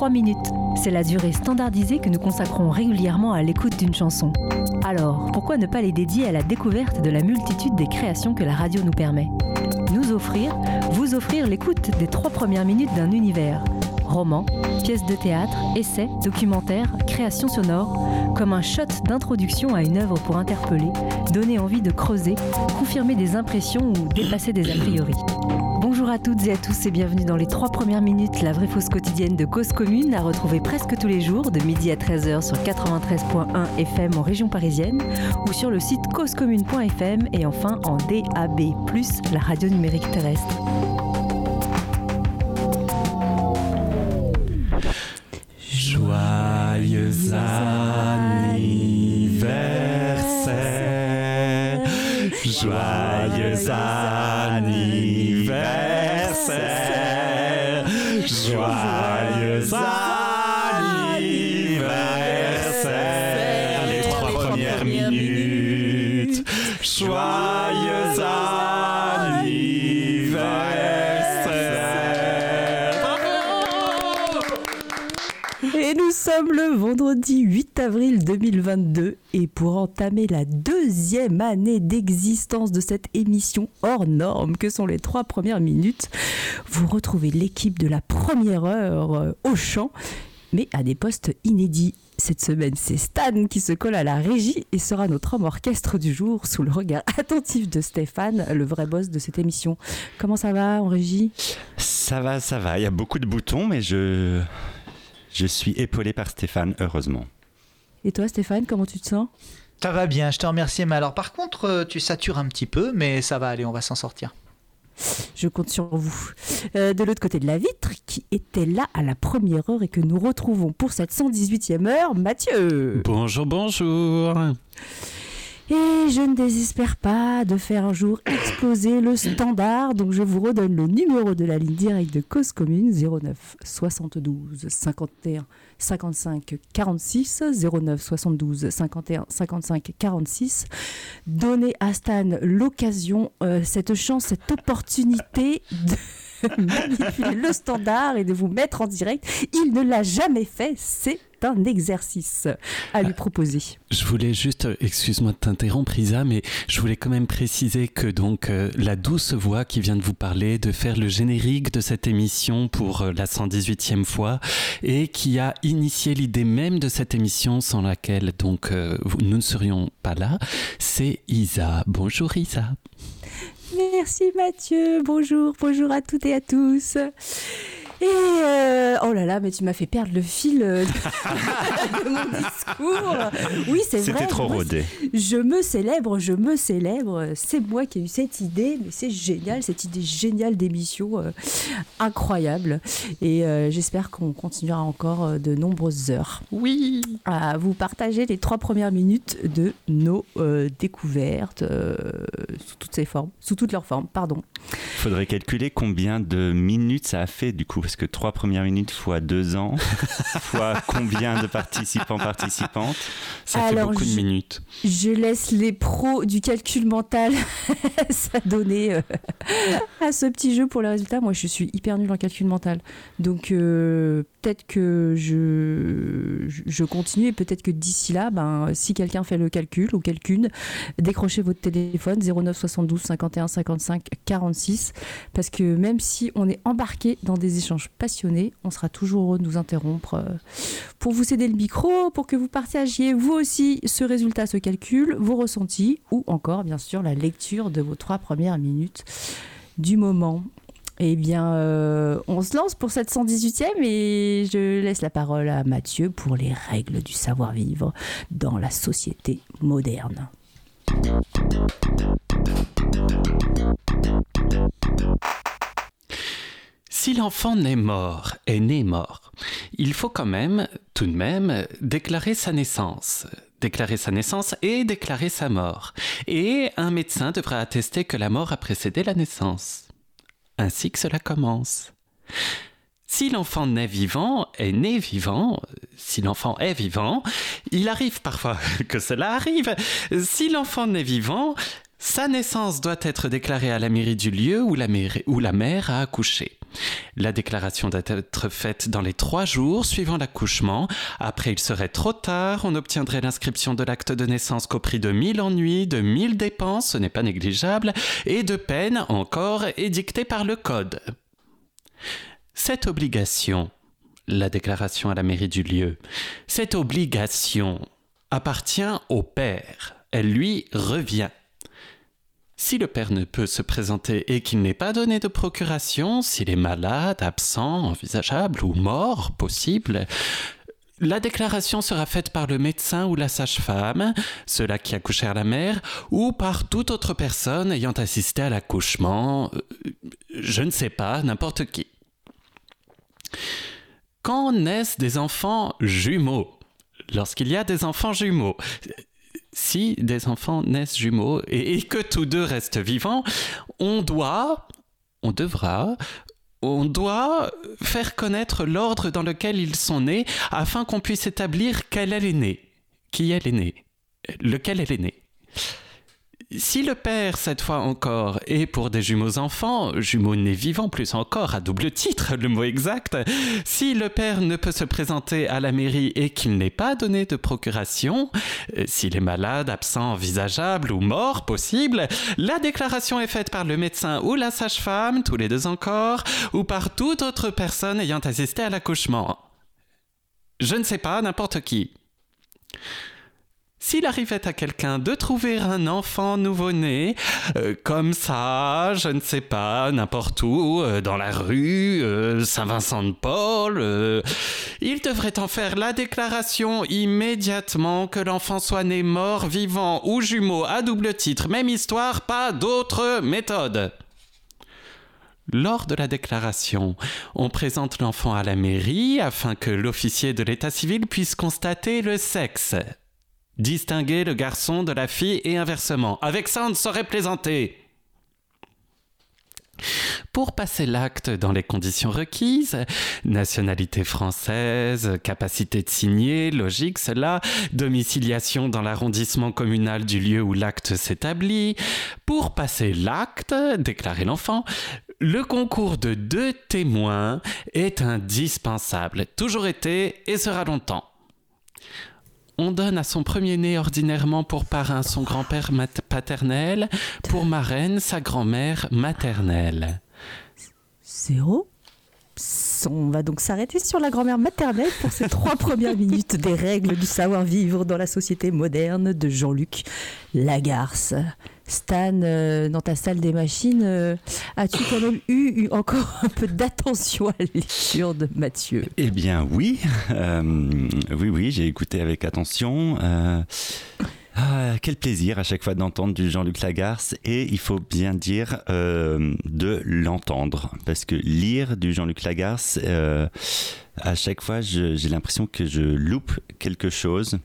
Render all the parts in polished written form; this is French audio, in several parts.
3 minutes. C'est la durée standardisée que nous consacrons régulièrement à l'écoute d'une chanson. Alors, pourquoi ne pas les dédier à la découverte de la multitude des créations que la radio nous permet ? Vous offrir l'écoute des 3 premières minutes d'un univers. Romans, pièces de théâtre, essais, documentaires, créations sonores, comme un shot d'introduction à une œuvre pour interpeller, donner envie de creuser, confirmer des impressions ou dépasser des a priori. Bonjour à toutes et à tous et bienvenue dans les 3 premières minutes, la vraie fausse quotidienne de Cause Commune, à retrouver presque tous les jours de midi à 13h sur 93.1 FM en région parisienne ou sur le site causecommune.fm et enfin en DAB+, la radio numérique terrestre. Joyeux anniversaire, joyeux anniversaire, joyeux anniversaire, les 3 premières minutes, joyeux Et nous sommes le vendredi 8 avril 2022 et pour entamer la 2e année d'existence de cette émission hors norme que sont les 3 premières minutes, vous retrouvez l'équipe de la première heure au chant, mais à des postes inédits. Cette semaine, c'est Stan qui se colle à la régie et sera notre homme orchestre du jour sous le regard attentif de Stéphane, le vrai boss de cette émission. Comment ça va en régie ? Ça va, il y a beaucoup de boutons, mais je suis épaulé par Stéphane, heureusement. Et toi Stéphane, comment tu te sens ? Ça va bien, je te remercie. Mais alors par contre, tu satures un petit peu, mais ça va aller, on va s'en sortir. Je compte sur vous. De l'autre côté de la vitre, qui était là à la première heure et que nous retrouvons pour cette 118e heure, Mathieu. Bonjour. Et je ne désespère pas de faire un jour exploser le standard, donc je vous redonne le numéro de la ligne directe de Cause Commune, 09 72 51 55 46, 09 72 51 55 46. Donnez à Stan l'occasion, cette chance, cette opportunité de manipuler le standard et de vous mettre en direct. Il ne l'a jamais fait, c'est un exercice à lui proposer. Je voulais juste, excuse-moi de t'interrompre Isa, mais je voulais quand même préciser que donc la douce voix qui vient de vous parler, de faire le générique de cette émission pour la 118e fois et qui a initié l'idée même de cette émission sans laquelle donc nous ne serions pas là, c'est Isa. Bonjour Isa. Merci Mathieu, bonjour à toutes et à tous. Et oh là là, mais tu m'as fait perdre le fil de mon discours. Oui, c'est vrai. C'était trop rodé. Je me célèbre. C'est moi qui ai eu cette idée, mais c'est génial, cette idée géniale d'émission, incroyable. Et j'espère qu'on continuera encore de nombreuses heures. Oui. À vous partager les 3 premières minutes de nos découvertes sous toutes leurs formes. Pardon. Faudrait calculer combien de minutes ça a fait du coup, parce que 3 premières minutes fois 2 ans, fois combien de participantes, ça fait beaucoup de minutes. Je laisse les pros du calcul mental s'adonner à ce petit jeu pour les résultats. Moi, je suis hyper nulle en calcul mental. Donc, peut-être que je continue et peut-être que d'ici là, si quelqu'un fait le calcul ou quelqu'une, décrochez votre téléphone 09 72 51 55 46 parce que même si on est embarqué dans des échanges passionnés, on sera toujours heureux de nous interrompre pour vous céder le micro, pour que vous partagiez vous aussi ce résultat, ce calcul, vos ressentis ou encore bien sûr la lecture de vos 3 premières minutes du moment. Eh bien, on se lance pour cette 118e et je laisse la parole à Mathieu pour les règles du savoir-vivre dans la société moderne. Si l'enfant est né mort, il faut quand même, tout de même, déclarer sa naissance et déclarer sa mort. Et un médecin devra attester que la mort a précédé la naissance. Ainsi que cela commence. Si l'enfant est né vivant, si l'enfant est vivant, il arrive parfois que cela arrive. Si l'enfant naît vivant, sa naissance doit être déclarée à la mairie du lieu où la mère a accouché. La déclaration doit être faite dans les 3 jours suivant l'accouchement. Après, il serait trop tard. On obtiendrait l'inscription de l'acte de naissance qu'au prix de 1000 ennuis, de 1000 dépenses, ce n'est pas négligeable, et de peine encore édictée par le Code. Cette obligation, la déclaration à la mairie du lieu, cette obligation appartient au père. Elle lui revient. Si le père ne peut se présenter et qu'il n'est pas donné de procuration, s'il est malade, absent, envisageable ou mort, possible, la déclaration sera faite par le médecin ou la sage-femme, ceux-là qui accouchèrent la mère, ou par toute autre personne ayant assisté à l'accouchement, je ne sais pas, n'importe qui. Quand naissent des enfants jumeaux, lorsqu'il y a des enfants jumeaux, si des enfants naissent jumeaux et que tous deux restent vivants, on doit faire connaître l'ordre dans lequel ils sont nés afin qu'on puisse établir quel est l'aîné, qui est l'aîné, lequel est l'aîné. Si le père, cette fois encore, est pour des jumeaux enfants, jumeaux nés vivants plus encore, à double titre, le mot exact, si le père ne peut se présenter à la mairie et qu'il n'est pas donné de procuration, s'il est malade, absent, envisageable ou mort, possible, la déclaration est faite par le médecin ou la sage-femme, tous les deux encore, ou par toute autre personne ayant assisté à l'accouchement. Je ne sais pas, n'importe qui. S'il arrivait à quelqu'un de trouver un enfant nouveau-né, comme ça, je ne sais pas, n'importe où, dans la rue, Saint-Vincent-de-Paul, il devrait en faire la déclaration immédiatement que l'enfant soit né mort, vivant ou jumeau à double titre, même histoire, pas d'autre méthode. Lors de la déclaration, on présente l'enfant à la mairie afin que l'officier de l'état civil puisse constater le sexe. Distinguer le garçon de la fille et inversement. Avec ça, on ne saurait plaisanter. Pour passer l'acte dans les conditions requises, nationalité française, capacité de signer, logique cela, domiciliation dans l'arrondissement communal du lieu où l'acte s'établit. Pour passer l'acte, déclarer l'enfant, le concours de 2 témoins est indispensable, toujours été et sera longtemps. On donne à son premier-né ordinairement pour parrain son grand-père paternel, pour marraine sa grand-mère maternelle. 0. On va donc s'arrêter sur la grand-mère maternelle pour ces 3 premières minutes des règles du savoir-vivre dans la société moderne de Jean-Luc Lagarce. Stan, dans ta salle des machines, as-tu quand même eu encore un peu d'attention à la lecture de Mathieu ? Eh bien oui, oui, j'ai écouté avec attention. Quel plaisir à chaque fois d'entendre du Jean-Luc Lagarce, et il faut bien dire de l'entendre, parce que lire du Jean-Luc Lagarce, à chaque fois j'ai l'impression que je loupe quelque chose.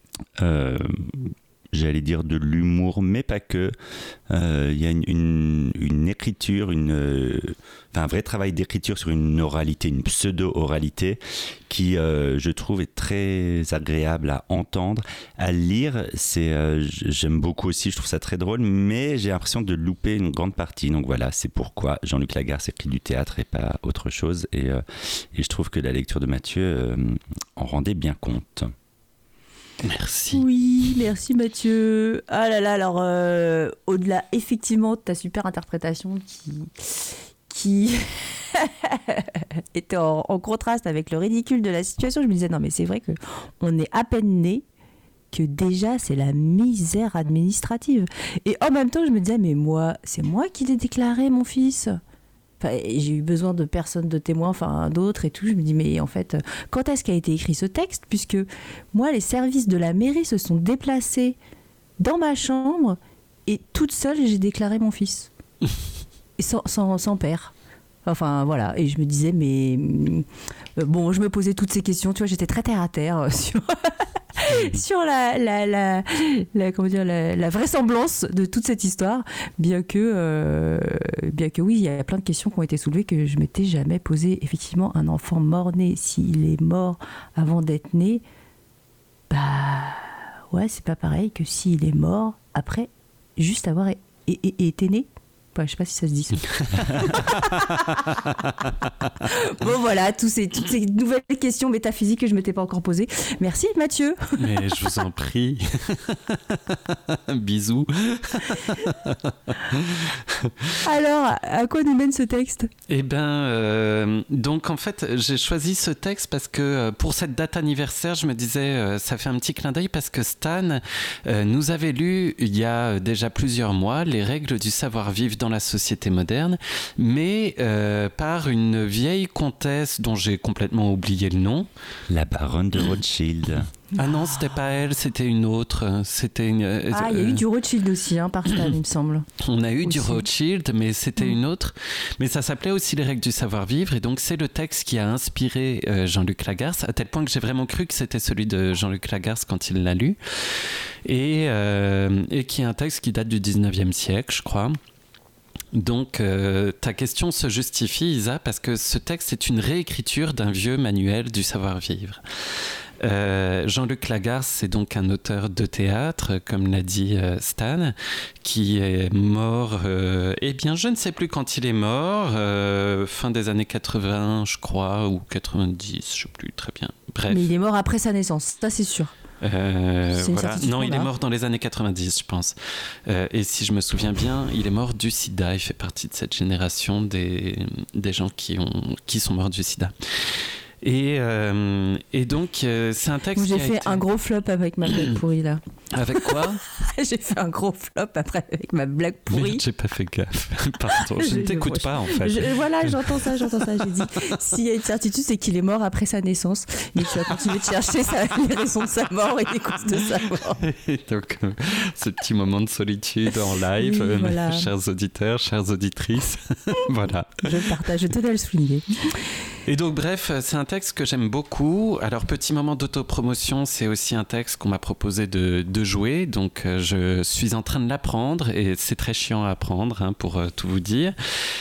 J'allais dire de l'humour, mais pas que. Il y a une écriture, un vrai travail d'écriture sur une oralité, une pseudo-oralité, qui, je trouve, est très agréable à entendre. À lire, j'aime beaucoup aussi, je trouve ça très drôle, mais j'ai l'impression de louper une grande partie. Donc voilà, c'est pourquoi Jean-Luc Lagarce écrit du théâtre et pas autre chose. Et je trouve que la lecture de Mathieu en rendait bien compte. Merci. Oui, merci Mathieu. Ah là là, alors au-delà effectivement de ta super interprétation qui était en contraste avec le ridicule de la situation, je me disais non mais c'est vrai qu'on est à peine né que déjà c'est la misère administrative. Et en même temps je me disais mais moi, c'est moi qui l'ai déclaré mon fils. Enfin, j'ai eu besoin de personnes, de témoins, enfin d'autres et tout. Je me dis, mais en fait, quand est-ce qu'a été écrit ce texte ? Puisque moi, les services de la mairie se sont déplacés dans ma chambre et toute seule, j'ai déclaré mon fils. Et sans père. Enfin, voilà. Et je me disais, mais... bon, je me posais toutes ces questions. Tu vois, j'étais très terre à terre sur la vraisemblance de toute cette histoire, bien que oui, il y a plein de questions qui ont été soulevées que je m'étais jamais posées. Effectivement, un enfant mort-né, s'il est mort avant d'être né, bah ouais, c'est pas pareil que s'il est mort après juste avoir été né. pas, je sais pas si ça se dit ça. Bon voilà, toutes ces nouvelles questions métaphysiques que je m'étais pas encore posées. Merci Mathieu. Mais je vous en prie. Bisous. Alors, à quoi nous mène ce texte ? Eh ben, donc en fait, j'ai choisi ce texte parce que pour cette date anniversaire, je me disais, ça fait un petit clin d'œil parce que Stan nous avait lu il y a déjà plusieurs mois les règles du savoir-vivre dans la société moderne, mais par une vieille comtesse dont j'ai complètement oublié le nom. La baronne de Rothschild. Ah non, c'était pas elle, c'était une autre. C'était une. Il y a eu du Rothschild aussi, par Stan, il me semble. On a eu du Aussi. Rothschild, mais c'était une autre. Mais ça s'appelait aussi les règles du savoir-vivre, et donc c'est le texte qui a inspiré Jean-Luc Lagarce, à tel point que j'ai vraiment cru que c'était celui de Jean-Luc Lagarce quand il l'a lu, et qui est un texte qui date du 19e siècle, je crois. Donc ta question se justifie, Isa, parce que ce texte est une réécriture d'un vieux manuel du savoir-vivre. Jean-Luc Lagarce, c'est donc un auteur de théâtre, comme l'a dit Stan, qui est mort, eh bien je ne sais plus quand il est mort, fin des années 80 je crois, ou 90, je ne sais plus très bien. Bref. Mais il est mort après sa naissance, ça c'est sûr. Voilà. Non, il est mort dans les années 90, je pense. Et si je me souviens bien, il est mort du sida. Il fait partie de cette génération des gens qui sont morts du sida. Et donc, c'est un texte. J'ai fait un gros flop avec ma blague pourrie là. Avec quoi? J'ai fait un gros flop après avec ma blague pourrie. J'ai pas fait gaffe. Pardon, je ne t'écoute pas en fait. Voilà, j'entends ça. J'ai dit, s'il y a une certitude, c'est qu'il est mort après sa naissance. Mais tu vas continuer de chercher les raisons de sa mort et les causes de sa mort. Et donc, ce petit moment de solitude en live, oui, voilà. Chers auditeurs, chères auditrices. Voilà. Je partage, je tenais à le souligner. Et donc, bref, c'est un texte que j'aime beaucoup. Alors, petit moment d'autopromotion, c'est aussi un texte qu'on m'a proposé de jouer. Donc, je suis en train de l'apprendre et c'est très chiant à apprendre, pour tout vous dire.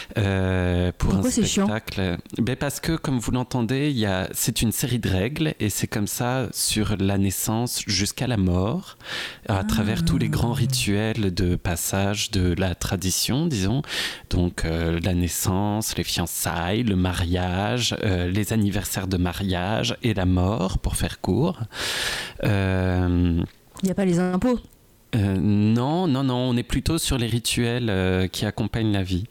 Pourquoi c'est chiant ? Parce que, comme vous l'entendez, c'est une série de règles et c'est comme ça sur la naissance jusqu'à la mort, à travers tous les grands rituels de passage de la tradition, disons. Donc, la naissance, les fiançailles, le mariage, les anniversaires de mariage et la mort, pour faire court. Il n'y a pas les impôts ? Non, on est plutôt sur les rituels qui accompagnent la vie.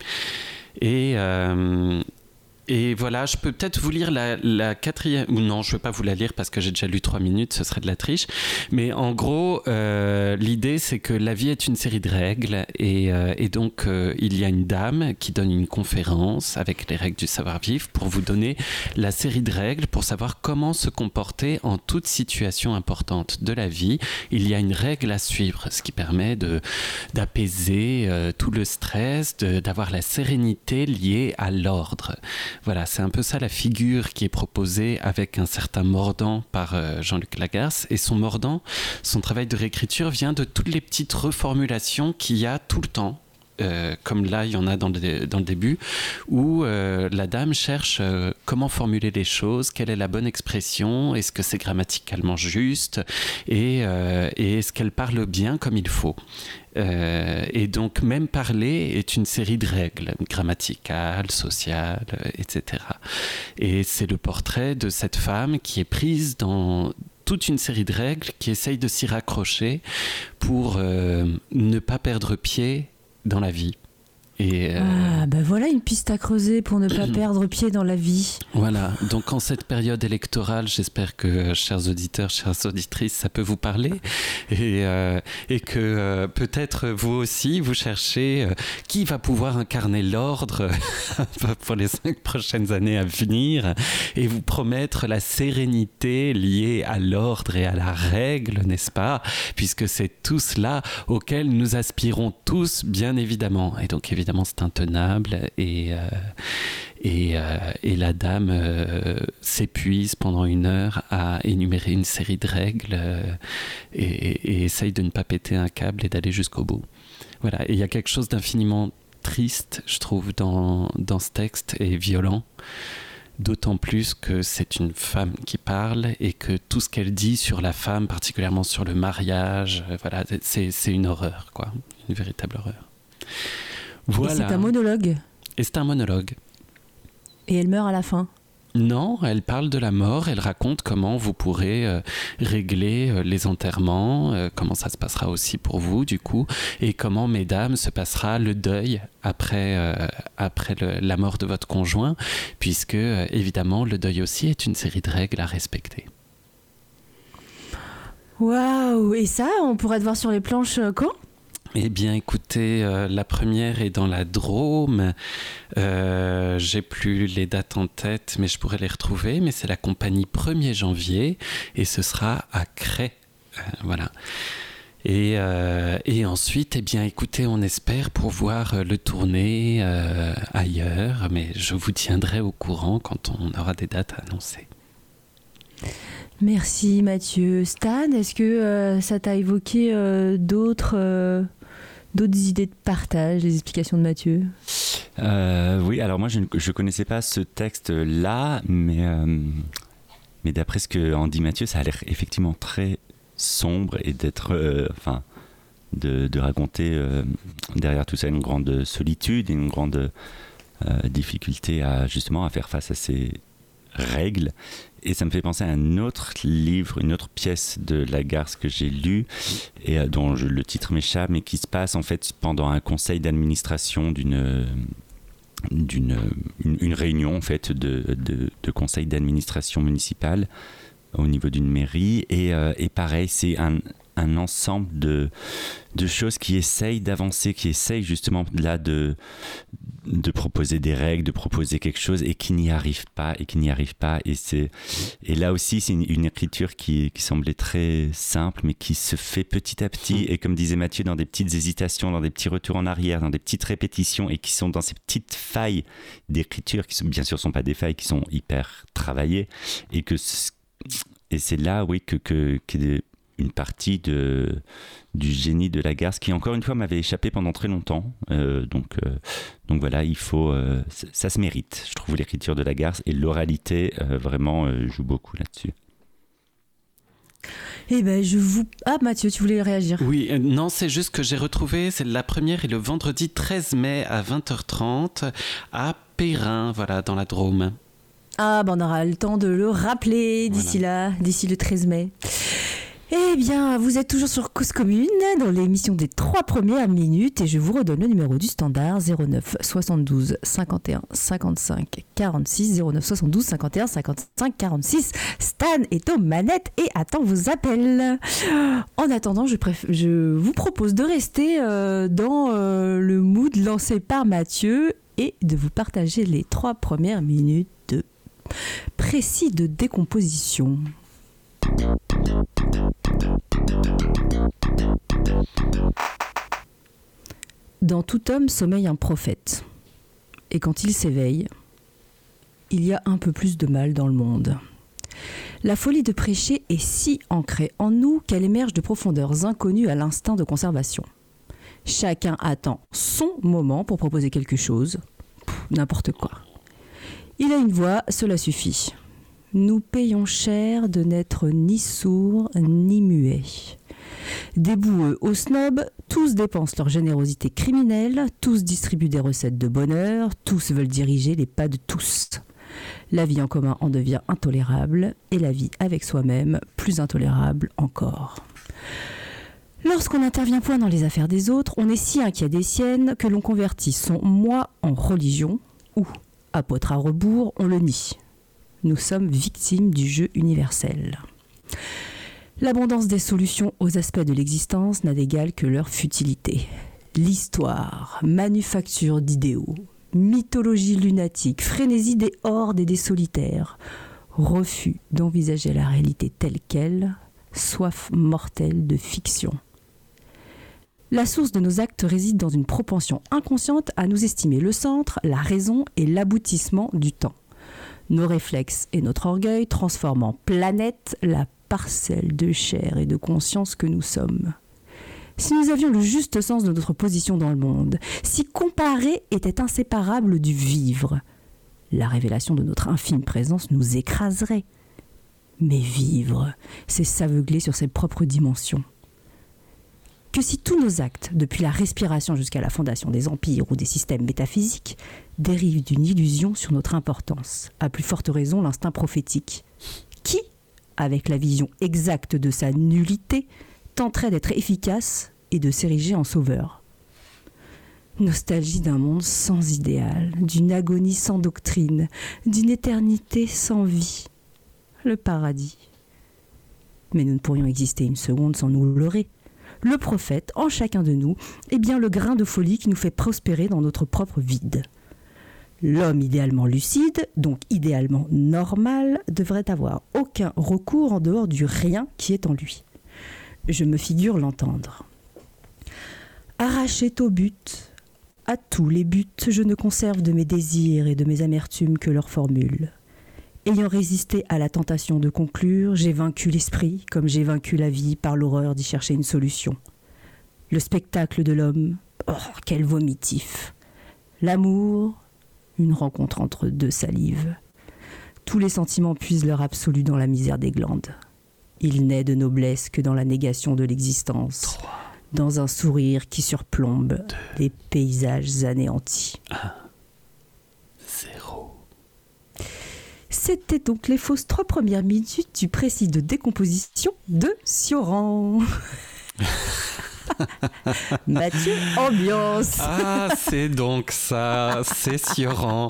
Et voilà, je peux peut-être vous lire la quatrième... Non, je ne vais pas vous la lire parce que j'ai déjà lu 3 minutes, ce serait de la triche. Mais en gros, l'idée, c'est que la vie est une série de règles. Et donc, il y a une dame qui donne une conférence avec les règles du savoir-vivre pour vous donner la série de règles pour savoir comment se comporter en toute situation importante de la vie. Il y a une règle à suivre, ce qui permet d'apaiser tout le stress, d'avoir la sérénité liée à l'ordre. Voilà, c'est un peu ça la figure qui est proposée avec un certain mordant par Jean-Luc Lagarce. Et son mordant, son travail de réécriture vient de toutes les petites reformulations qu'il y a tout le temps. Comme là, il y en a dans le début, où la dame cherche comment formuler les choses, quelle est la bonne expression, est-ce que c'est grammaticalement juste, et est-ce qu'elle parle bien comme il faut. Et donc, même parler est une série de règles grammaticales, sociales, etc. Et c'est le portrait de cette femme qui est prise dans toute une série de règles, qui essaye de s'y raccrocher pour ne pas perdre pied dans la vie. Voilà une piste à creuser pour ne pas perdre pied dans la vie. Voilà, donc en cette période électorale, j'espère que, chers auditeurs, chères auditrices, ça peut vous parler et que peut-être vous aussi, vous cherchez qui va pouvoir incarner l'ordre pour les 5 prochaines années à venir et vous promettre la sérénité liée à l'ordre et à la règle, n'est-ce pas ? Puisque c'est tout cela auquel nous aspirons tous, bien évidemment. Et donc évidemment, c'est intenable et la dame s'épuise pendant 1 heure à énumérer une série de règles et essaye de ne pas péter un câble et d'aller jusqu'au bout. Voilà, et il y a quelque chose d'infiniment triste, je trouve, dans ce texte et violent. D'autant plus que c'est une femme qui parle et que tout ce qu'elle dit sur la femme, particulièrement sur le mariage, voilà, c'est une horreur, quoi, une véritable horreur. Voilà. Et c'est un monologue. Et c'est un monologue. Et elle meurt à la fin. Non, elle parle de la mort, elle raconte comment vous pourrez régler les enterrements, comment ça se passera aussi pour vous du coup, et comment, mesdames, se passera le deuil après la mort de votre conjoint, puisque évidemment le deuil aussi est une série de règles à respecter. Waouh! Et ça, on pourrait te voir sur les planches quand? Eh bien, écoutez, la première est dans la Drôme. J'ai plus les dates en tête, mais je pourrais les retrouver. Mais c'est la compagnie 1er janvier et ce sera à Cray. Voilà. Et ensuite, eh bien, écoutez, on espère pouvoir le tourner ailleurs, mais je vous tiendrai au courant quand on aura des dates à annoncer. Merci Mathieu. Stan, est-ce que ça t'a évoqué d'autres idées de partage, des explications de Mathieu? Oui, alors moi je ne connaissais pas ce texte-là, mais d'après ce que en dit Mathieu, ça a l'air effectivement très sombre et d'être, de raconter derrière tout ça une grande solitude et une grande difficulté à faire face à ces règles. Et ça me fait penser à un autre livre, une autre pièce de Lagarce que j'ai lue et dont le titre m'échappe, mais qui se passe en fait pendant un conseil d'administration d'une réunion en fait de conseil d'administration municipale au niveau d'une mairie et pareil, c'est un ensemble de choses qui essayent d'avancer, qui essayent justement là de proposer des règles, de proposer quelque chose et qui n'y arrivent pas. Et là aussi, c'est une écriture qui semblait très simple, mais qui se fait petit à petit. Et comme disait Mathieu, dans des petites hésitations, dans des petits retours en arrière, dans des petites répétitions et qui sont dans ces petites failles d'écriture qui, bien sûr, ne sont pas des failles, qui sont hyper travaillées. Et c'est là, oui, que une partie du génie de Lagarce qui, encore une fois, m'avait échappé pendant très longtemps. Donc voilà, ça se mérite, je trouve, l'écriture de Lagarce. Et l'oralité, vraiment, joue beaucoup là-dessus. Eh ben, Ah, Mathieu, tu voulais réagir? Oui, non, c'est juste que j'ai retrouvé, c'est la première et le vendredi 13 mai à 20h30 à Perrin, voilà, dans la Drôme. Ah, ben on aura le temps de le rappeler d'ici le 13 mai. Eh bien, vous êtes toujours sur Cause Commune, dans l'émission des 3 premières minutes, et je vous redonne le numéro du standard 09 72 51 55 46, 09 72 51 55 46. Stan est aux manettes et attend vos appels. En attendant, je vous propose de rester dans le mood lancé par Mathieu et de vous partager les 3 premières minutes de précis de décomposition. Dans tout homme sommeille un prophète, et quand il s'éveille, il y a un peu plus de mal dans le monde. La folie de prêcher est si ancrée en nous qu'elle émerge de profondeurs inconnues à l'instinct de conservation. Chacun attend son moment pour proposer quelque chose, n'importe quoi. Il a une voix, cela suffit. Nous payons cher de n'être ni sourds ni muets. Des boueux aux snobs, tous dépensent leur générosité criminelle, tous distribuent des recettes de bonheur, tous veulent diriger les pas de tous. La vie en commun en devient intolérable et la vie avec soi-même plus intolérable encore. Lorsqu'on n'intervient point dans les affaires des autres, on est si inquiet des siennes que l'on convertit son moi en religion ou, apôtre à rebours, on le nie. Nous sommes victimes du jeu universel. L'abondance des solutions aux aspects de l'existence n'a d'égal que leur futilité. L'histoire, manufacture d'idéaux, mythologie lunatique, frénésie des hordes et des solitaires, refus d'envisager la réalité telle qu'elle, soif mortelle de fiction. La source de nos actes réside dans une propension inconsciente à nous estimer le centre, la raison et l'aboutissement du temps. Nos réflexes et notre orgueil transforment en planète la parcelle de chair et de conscience que nous sommes. Si nous avions le juste sens de notre position dans le monde, si comparer était inséparable du vivre, la révélation de notre infime présence nous écraserait. Mais vivre, c'est s'aveugler sur ses propres dimensions. que si tous nos actes, depuis la respiration jusqu'à la fondation des empires ou des systèmes métaphysiques, dérivent d'une illusion sur notre importance, à plus forte raison l'instinct prophétique, qui, avec la vision exacte de sa nullité, tenterait d'être efficace et de s'ériger en sauveur. Nostalgie d'un monde sans idéal, d'une agonie sans doctrine, d'une éternité sans vie. Le paradis. Mais nous ne pourrions exister une seconde sans nous leurrer. Le prophète, en chacun de nous, est bien le grain de folie qui nous fait prospérer dans notre propre vide. L'homme idéalement lucide, donc idéalement normal, devrait avoir aucun recours en dehors du rien qui est en lui. Je me figure l'entendre. Arraché au but, à tous les buts, je ne conserve de mes désirs et de mes amertumes que leur formule. Ayant résisté à la tentation de conclure, j'ai vaincu l'esprit, comme j'ai vaincu la vie par l'horreur d'y chercher une solution. Le spectacle de l'homme, oh, quel vomitif. L'amour, une rencontre entre deux salives. Tous les sentiments puisent leur absolu dans la misère des glandes. Il n'est de noblesse que dans la négation de l'existence, dans un sourire qui surplombe des paysages anéantis. 0. C'était donc les fausses 3 premières minutes du précis de décomposition de Sioran. Mathieu, ambiance. Ah, c'est donc ça, c'est Sioran.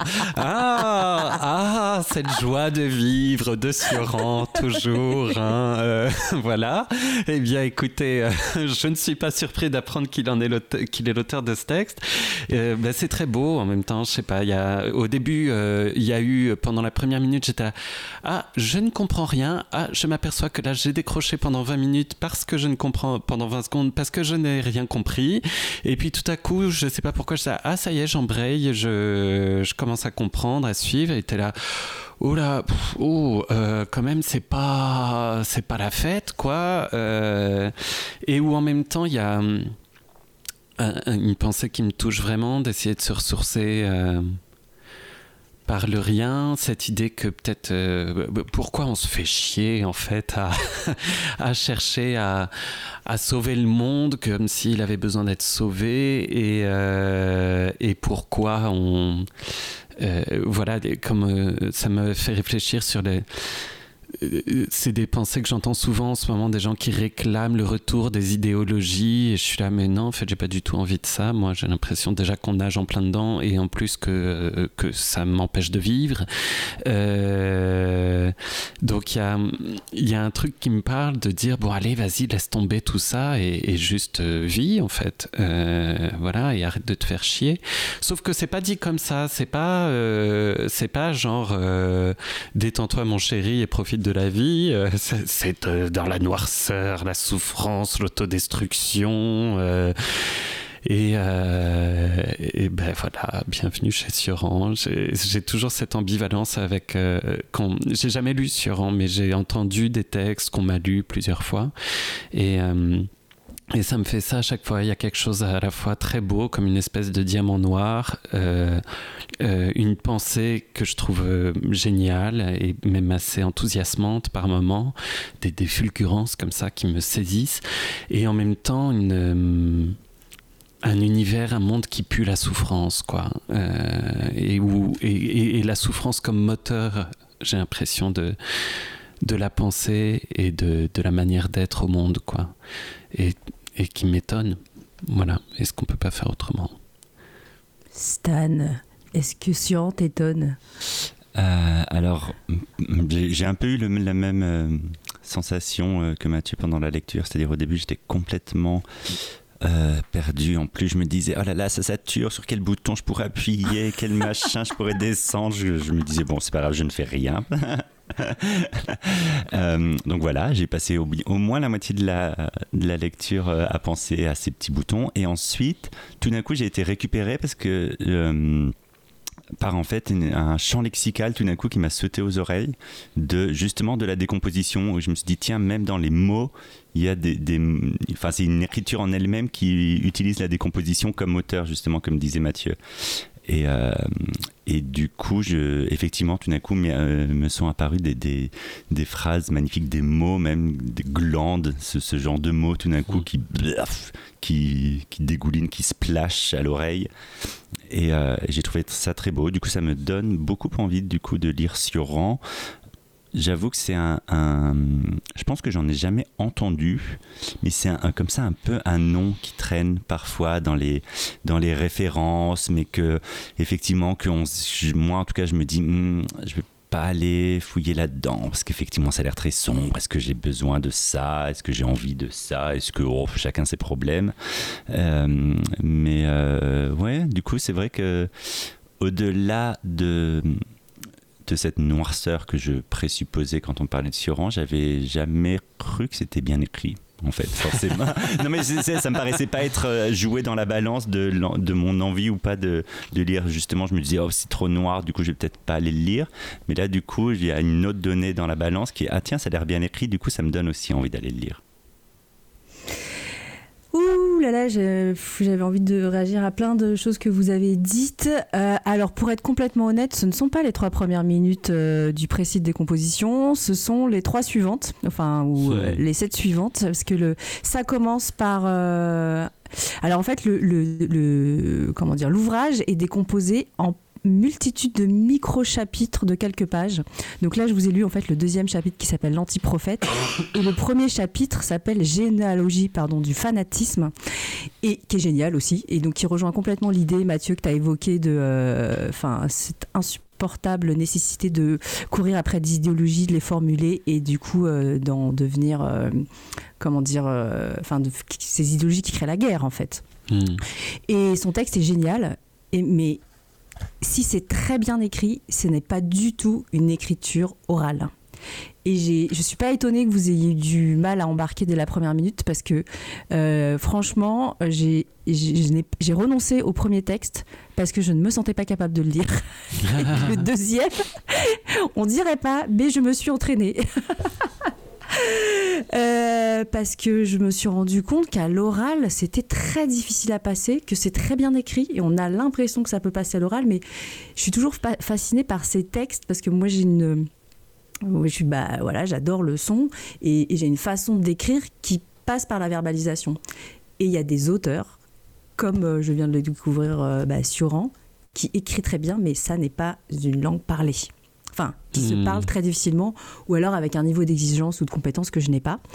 Cette joie de vivre de Sioran, toujours. Voilà. Eh bien, écoutez, je ne suis pas surpris d'apprendre qu'il est l'auteur de ce texte. C'est très beau en même temps. Je sais pas. Au début, il y a eu pendant la première minute, j'étais là, je ne comprends rien. Je m'aperçois que là, j'ai décroché pendant 20 minutes parce que je ne comprends pendant 20 secondes parce que je n'ai rien compris. Et puis tout à coup, je sais pas pourquoi, je disais, ça y est, j'embraye, je commence à comprendre, à suivre. Et t'es là, quand même, c'est pas la fête, quoi. Et où en même temps, il y a une pensée qui me touche vraiment, d'essayer de se ressourcer par le rien, cette idée que peut-être pourquoi on se fait chier en fait à chercher à sauver le monde comme s'il avait besoin d'être sauvé et pourquoi on voilà, comme ça me fait réfléchir sur c'est des pensées que j'entends souvent en ce moment, des gens qui réclament le retour des idéologies, et je suis là, mais non, en fait, j'ai pas du tout envie de ça. Moi, j'ai l'impression déjà qu'on nage en plein dedans, et en plus que ça m'empêche de vivre. Donc, il y a un truc qui me parle de dire, bon, allez, vas-y, laisse tomber tout ça, et juste vis, en fait. Voilà, et arrête de te faire chier. Sauf que c'est pas dit comme ça, c'est pas genre, détends-toi, mon chéri, et profite de la vie, c'est dans la noirceur, la souffrance, l'autodestruction, et ben voilà, bienvenue chez Sioran. J'ai toujours cette ambivalence avec j'ai jamais lu Sioran, mais j'ai entendu des textes qu'on m'a lus plusieurs fois, et ça me fait ça à chaque fois. Il y a quelque chose à la fois très beau, comme une espèce de diamant noir, une pensée que je trouve géniale et même assez enthousiasmante par moments, des fulgurances comme ça qui me saisissent, et en même temps un univers, un monde qui pue la souffrance, quoi, et la souffrance comme moteur, j'ai l'impression de la pensée et de la manière d'être au monde, quoi, et qui m'étonne. Voilà, est-ce qu'on peut pas faire autrement? Stan, est-ce que Sioran t'étonne? Alors, j'ai un peu eu la même sensation que Mathieu pendant la lecture, c'est-à-dire au début j'étais complètement perdu. En plus, je me disais, oh là là, ça sature, sur quel bouton je pourrais appuyer, quel machin je pourrais descendre. Je me disais, bon, c'est pas grave, je ne fais rien. Donc voilà, j'ai passé au moins la moitié de la lecture à penser à ces petits boutons, et ensuite tout d'un coup j'ai été récupéré parce que par en fait un champ lexical tout d'un coup qui m'a sauté aux oreilles justement de la décomposition, où je me suis dit, tiens, même dans les mots il y a enfin c'est une écriture en elle-même qui utilise la décomposition comme moteur, justement, comme disait Mathieu. Et du coup, effectivement, tout d'un coup, me sont apparues des phrases magnifiques, des mots, même des glandes, ce genre de mots tout d'un coup qui dégoulinent, qui splashent à l'oreille. Et j'ai trouvé ça très beau. Du coup, ça me donne beaucoup envie du coup, de lire Sioran. J'avoue que c'est je pense que j'en ai jamais entendu, mais c'est comme ça un peu un nom qui traîne parfois dans les références, mais que effectivement moi en tout cas je me dis je vais pas aller fouiller là-dedans parce qu'effectivement ça a l'air très sombre. Est-ce que j'ai besoin de ça? Est-ce que j'ai envie de ça? Est-ce que chacun ses problèmes? Mais ouais, du coup c'est vrai que au-delà de cette noirceur que je présupposais quand on parlait de Sioran, j'avais jamais cru que c'était bien écrit. En fait, forcément. Non, mais ça me paraissait pas être joué dans la balance de mon envie ou pas de lire. Justement, je me disais, c'est trop noir, du coup, je vais peut-être pas aller le lire. Mais là, du coup, il y a une autre donnée dans la balance qui est, tiens, ça a l'air bien écrit, du coup, ça me donne aussi envie d'aller le lire. Ouh là là, j'avais envie de réagir à plein de choses que vous avez dites. Alors, pour être complètement honnête, ce ne sont pas les 3 premières minutes du précis de décomposition, ce sont les 3 suivantes, les 7 suivantes, parce que ça commence par... Alors en fait, l'ouvrage est décomposé en multitude de micro-chapitres de quelques pages. Donc là, je vous ai lu en fait le 2e chapitre qui s'appelle l'Antiprophète et le 1er chapitre s'appelle Généalogie du fanatisme et qui est génial aussi et donc qui rejoint complètement l'idée, Mathieu, que tu as évoquée de cette insupportable nécessité de courir après des idéologies, de les formuler et du coup d'en devenir ces idéologies qui créent la guerre en fait. Et son texte est génial mais si c'est très bien écrit, ce n'est pas du tout une écriture orale. Et je suis pas étonnée que vous ayez eu du mal à embarquer dès la première minute parce que franchement, j'ai renoncé au premier texte parce que je ne me sentais pas capable de le lire. Le 2e, on dirait pas, mais je me suis entraînée. Parce que je me suis rendu compte qu'à l'oral c'était très difficile à passer, que c'est très bien écrit et on a l'impression que ça peut passer à l'oral, mais je suis toujours fascinée par ces textes parce que moi j'adore le son et j'ai une façon d'écrire qui passe par la verbalisation et il y a des auteurs comme je viens de le découvrir Sioran qui écrit très bien mais ça n'est pas une langue parlée. Qui se parlent très difficilement ou alors avec un niveau d'exigence ou de compétence que je n'ai pas.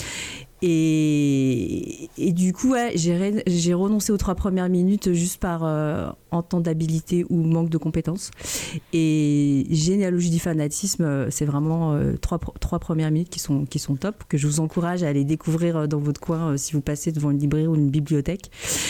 Et du coup, j'ai renoncé aux 3 premières minutes juste par entendabilité ou manque de compétences. Et Généalogie du fanatisme, c'est vraiment 3 premières minutes qui sont top, que je vous encourage à aller découvrir dans votre coin si vous passez devant une librairie ou une bibliothèque.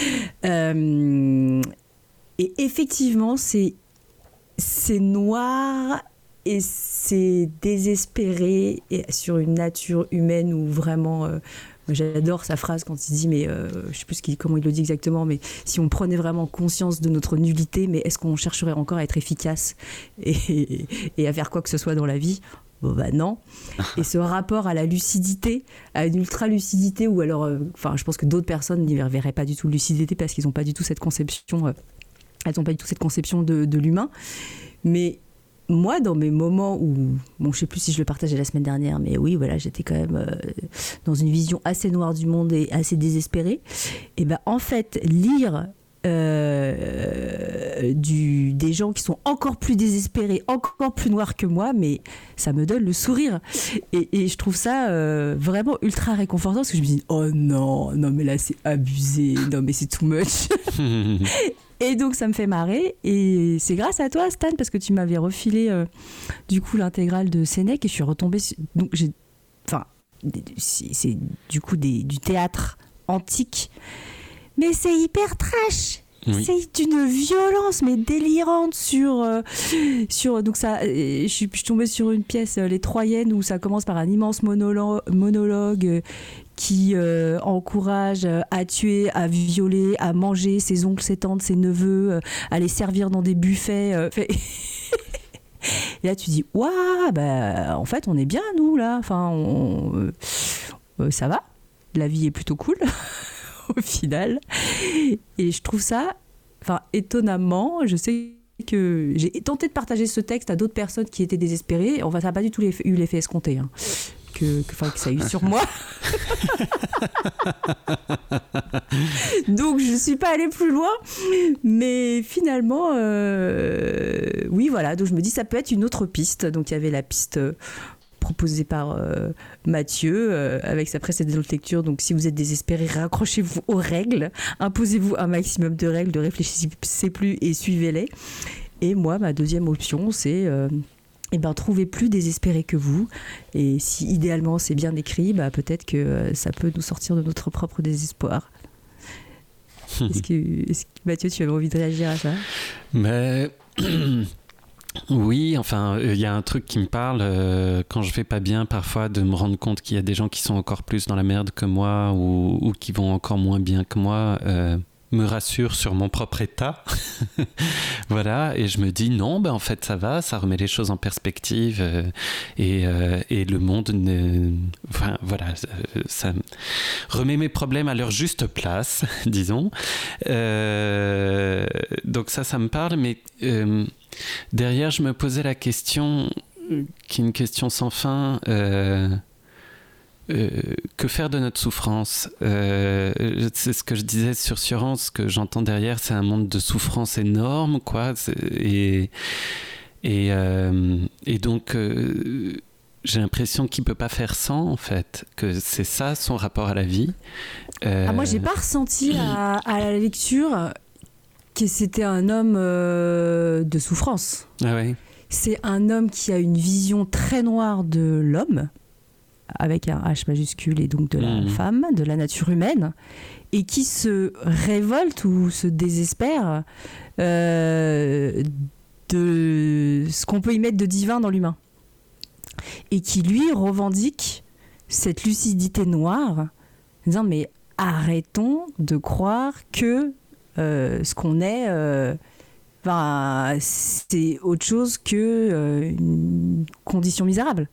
Et effectivement, c'est noir... Et c'est désespéré sur une nature humaine où vraiment... j'adore sa phrase quand il dit, mais je ne sais plus comment il le dit exactement, mais si on prenait vraiment conscience de notre nullité, mais est-ce qu'on chercherait encore à être efficace et à faire quoi que ce soit dans la vie ? Non. Et ce rapport à la lucidité, à une ultra-lucidité, ou alors... je pense que d'autres personnes n'y verraient pas du tout lucidité parce qu'ils n'ont pas du tout cette conception... elles n'ont pas du tout cette conception de l'humain. Mais... moi, dans mes moments où, je ne sais plus si je le partageais la semaine dernière, mais oui, voilà, j'étais quand même dans une vision assez noire du monde et assez désespérée. Et en fait, lire des gens qui sont encore plus désespérés, encore plus noirs que moi, mais ça me donne le sourire. Et je trouve ça vraiment ultra réconfortant parce que je me dis, oh non, mais là c'est abusé, non mais c'est too much. Et donc ça me fait marrer et c'est grâce à toi Stan parce que tu m'avais refilé du coup l'intégrale de Sénèque et je suis retombée donc c'est du coup du théâtre antique mais c'est hyper trash. Oui. C'est d'une violence mais délirante sur donc ça je suis tombée sur une pièce Les Troyennes où ça commence par un immense monologue qui encourage à tuer, à violer, à manger ses oncles, ses tantes, ses neveux, à les servir dans des buffets. Et là tu dis waouh, en fait on est bien nous là, ça va, la vie est plutôt cool. Au final, et je trouve ça étonnamment, je sais que j'ai tenté de partager ce texte à d'autres personnes qui étaient désespérées. Ça n'a pas du tout eu l'effet escompté que ça a eu sur moi. Donc je ne suis pas allée plus loin, mais finalement oui, voilà, donc je me dis ça peut être une autre piste. Donc il y avait la piste proposée par Mathieu avec sa précédente lecture. Donc si vous êtes désespéré, raccrochez-vous aux règles, imposez-vous un maximum de règles, ne réfléchissez plus et suivez-les. Et moi, ma deuxième option, c'est trouvez plus désespéré que vous. Et si idéalement c'est bien écrit, peut-être que ça peut nous sortir de notre propre désespoir. Est-ce que Mathieu, tu avais envie de réagir à ça ? Mais oui, enfin, il y a un truc qui me parle quand je vais pas bien parfois, de me rendre compte qu'il y a des gens qui sont encore plus dans la merde que moi ou qui vont encore moins bien que moi. Me rassure sur mon propre état. Voilà, et je me dis non, en fait ça va, ça remet les choses en perspective et le monde enfin voilà, ça remet mes problèmes à leur juste place, disons. Donc ça me parle, mais derrière je me posais la question qui est une question sans fin. Que faire de notre souffrance ? C'est ce que je disais sur Science, ce que j'entends derrière, c'est un monde de souffrance énorme, quoi. Et donc, j'ai l'impression qu'il ne peut pas faire sans, en fait, que c'est ça son rapport à la vie. Moi, je n'ai pas ressenti à la lecture que c'était un homme de souffrance. Ah ouais. C'est un homme qui a une vision très noire de l'homme, avec un H majuscule, et donc de la femme, de la nature humaine, et qui se révolte ou se désespère de ce qu'on peut y mettre de divin dans l'humain. Et qui, lui, revendique cette lucidité noire, en disant, mais arrêtons de croire que ce qu'on est, c'est autre chose qu'une condition misérable.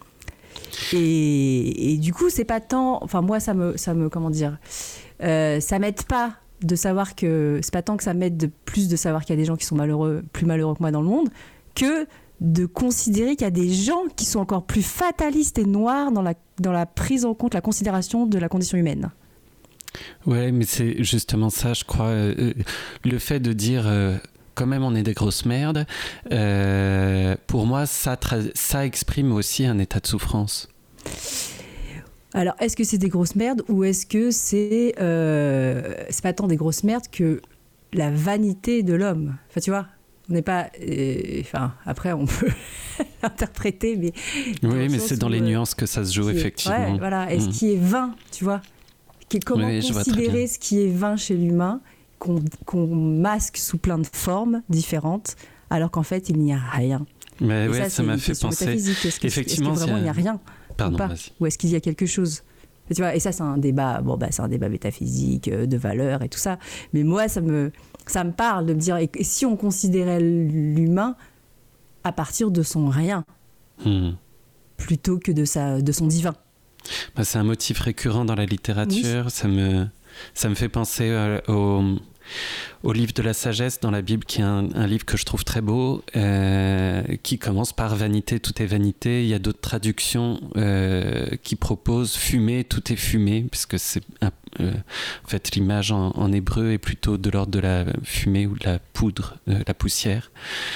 Et du coup, c'est pas tant. Enfin, moi, ça me comment dire, ça m'aide pas de savoir que. C'est pas tant que ça m'aide plus de savoir qu'il y a des gens qui sont plus malheureux que moi dans le monde, que de considérer qu'il y a des gens qui sont encore plus fatalistes et noirs dans la prise en compte, la considération de la condition humaine. Ouais, mais c'est justement ça, je crois. Le fait de dire. Quand même, on est des grosses merdes. Pour moi, ça exprime aussi un état de souffrance. Alors, est-ce que c'est des grosses merdes ou est-ce que c'est pas tant des grosses merdes que la vanité de l'homme ? Enfin, tu vois, on n'est pas. Après, on peut l'interpréter, mais. Oui, mais c'est dans les nuances que ça se joue, effectivement. Ouais, voilà. Est-ce qu'il est vain, tu vois ? Comment considérer ce qui est vain chez l'humain ? Qu'on masque sous plein de formes différentes, alors qu'en fait, il n'y a rien. Mais oui, ça m'a fait penser... Effectivement, est-ce que vraiment il n'y a rien ? Pardon, ou pas ? vas-y. Ou est-ce qu'il y a quelque chose ? Tu vois, et ça, c'est un débat, c'est un débat métaphysique, de valeurs et tout ça. Mais moi, ça me parle de me dire, et si on considérait l'humain à partir de son rien, plutôt que de son divin ? C'est un motif récurrent dans la littérature. Oui. Ça me fait penser au livre de la sagesse dans la Bible, qui est un livre que je trouve très beau, qui commence par vanité, tout est vanité. Il y a d'autres traductions qui proposent fumée, tout est fumée, puisque c'est en fait l'image en hébreu est plutôt de l'ordre de la fumée ou de la poudre, la poussière.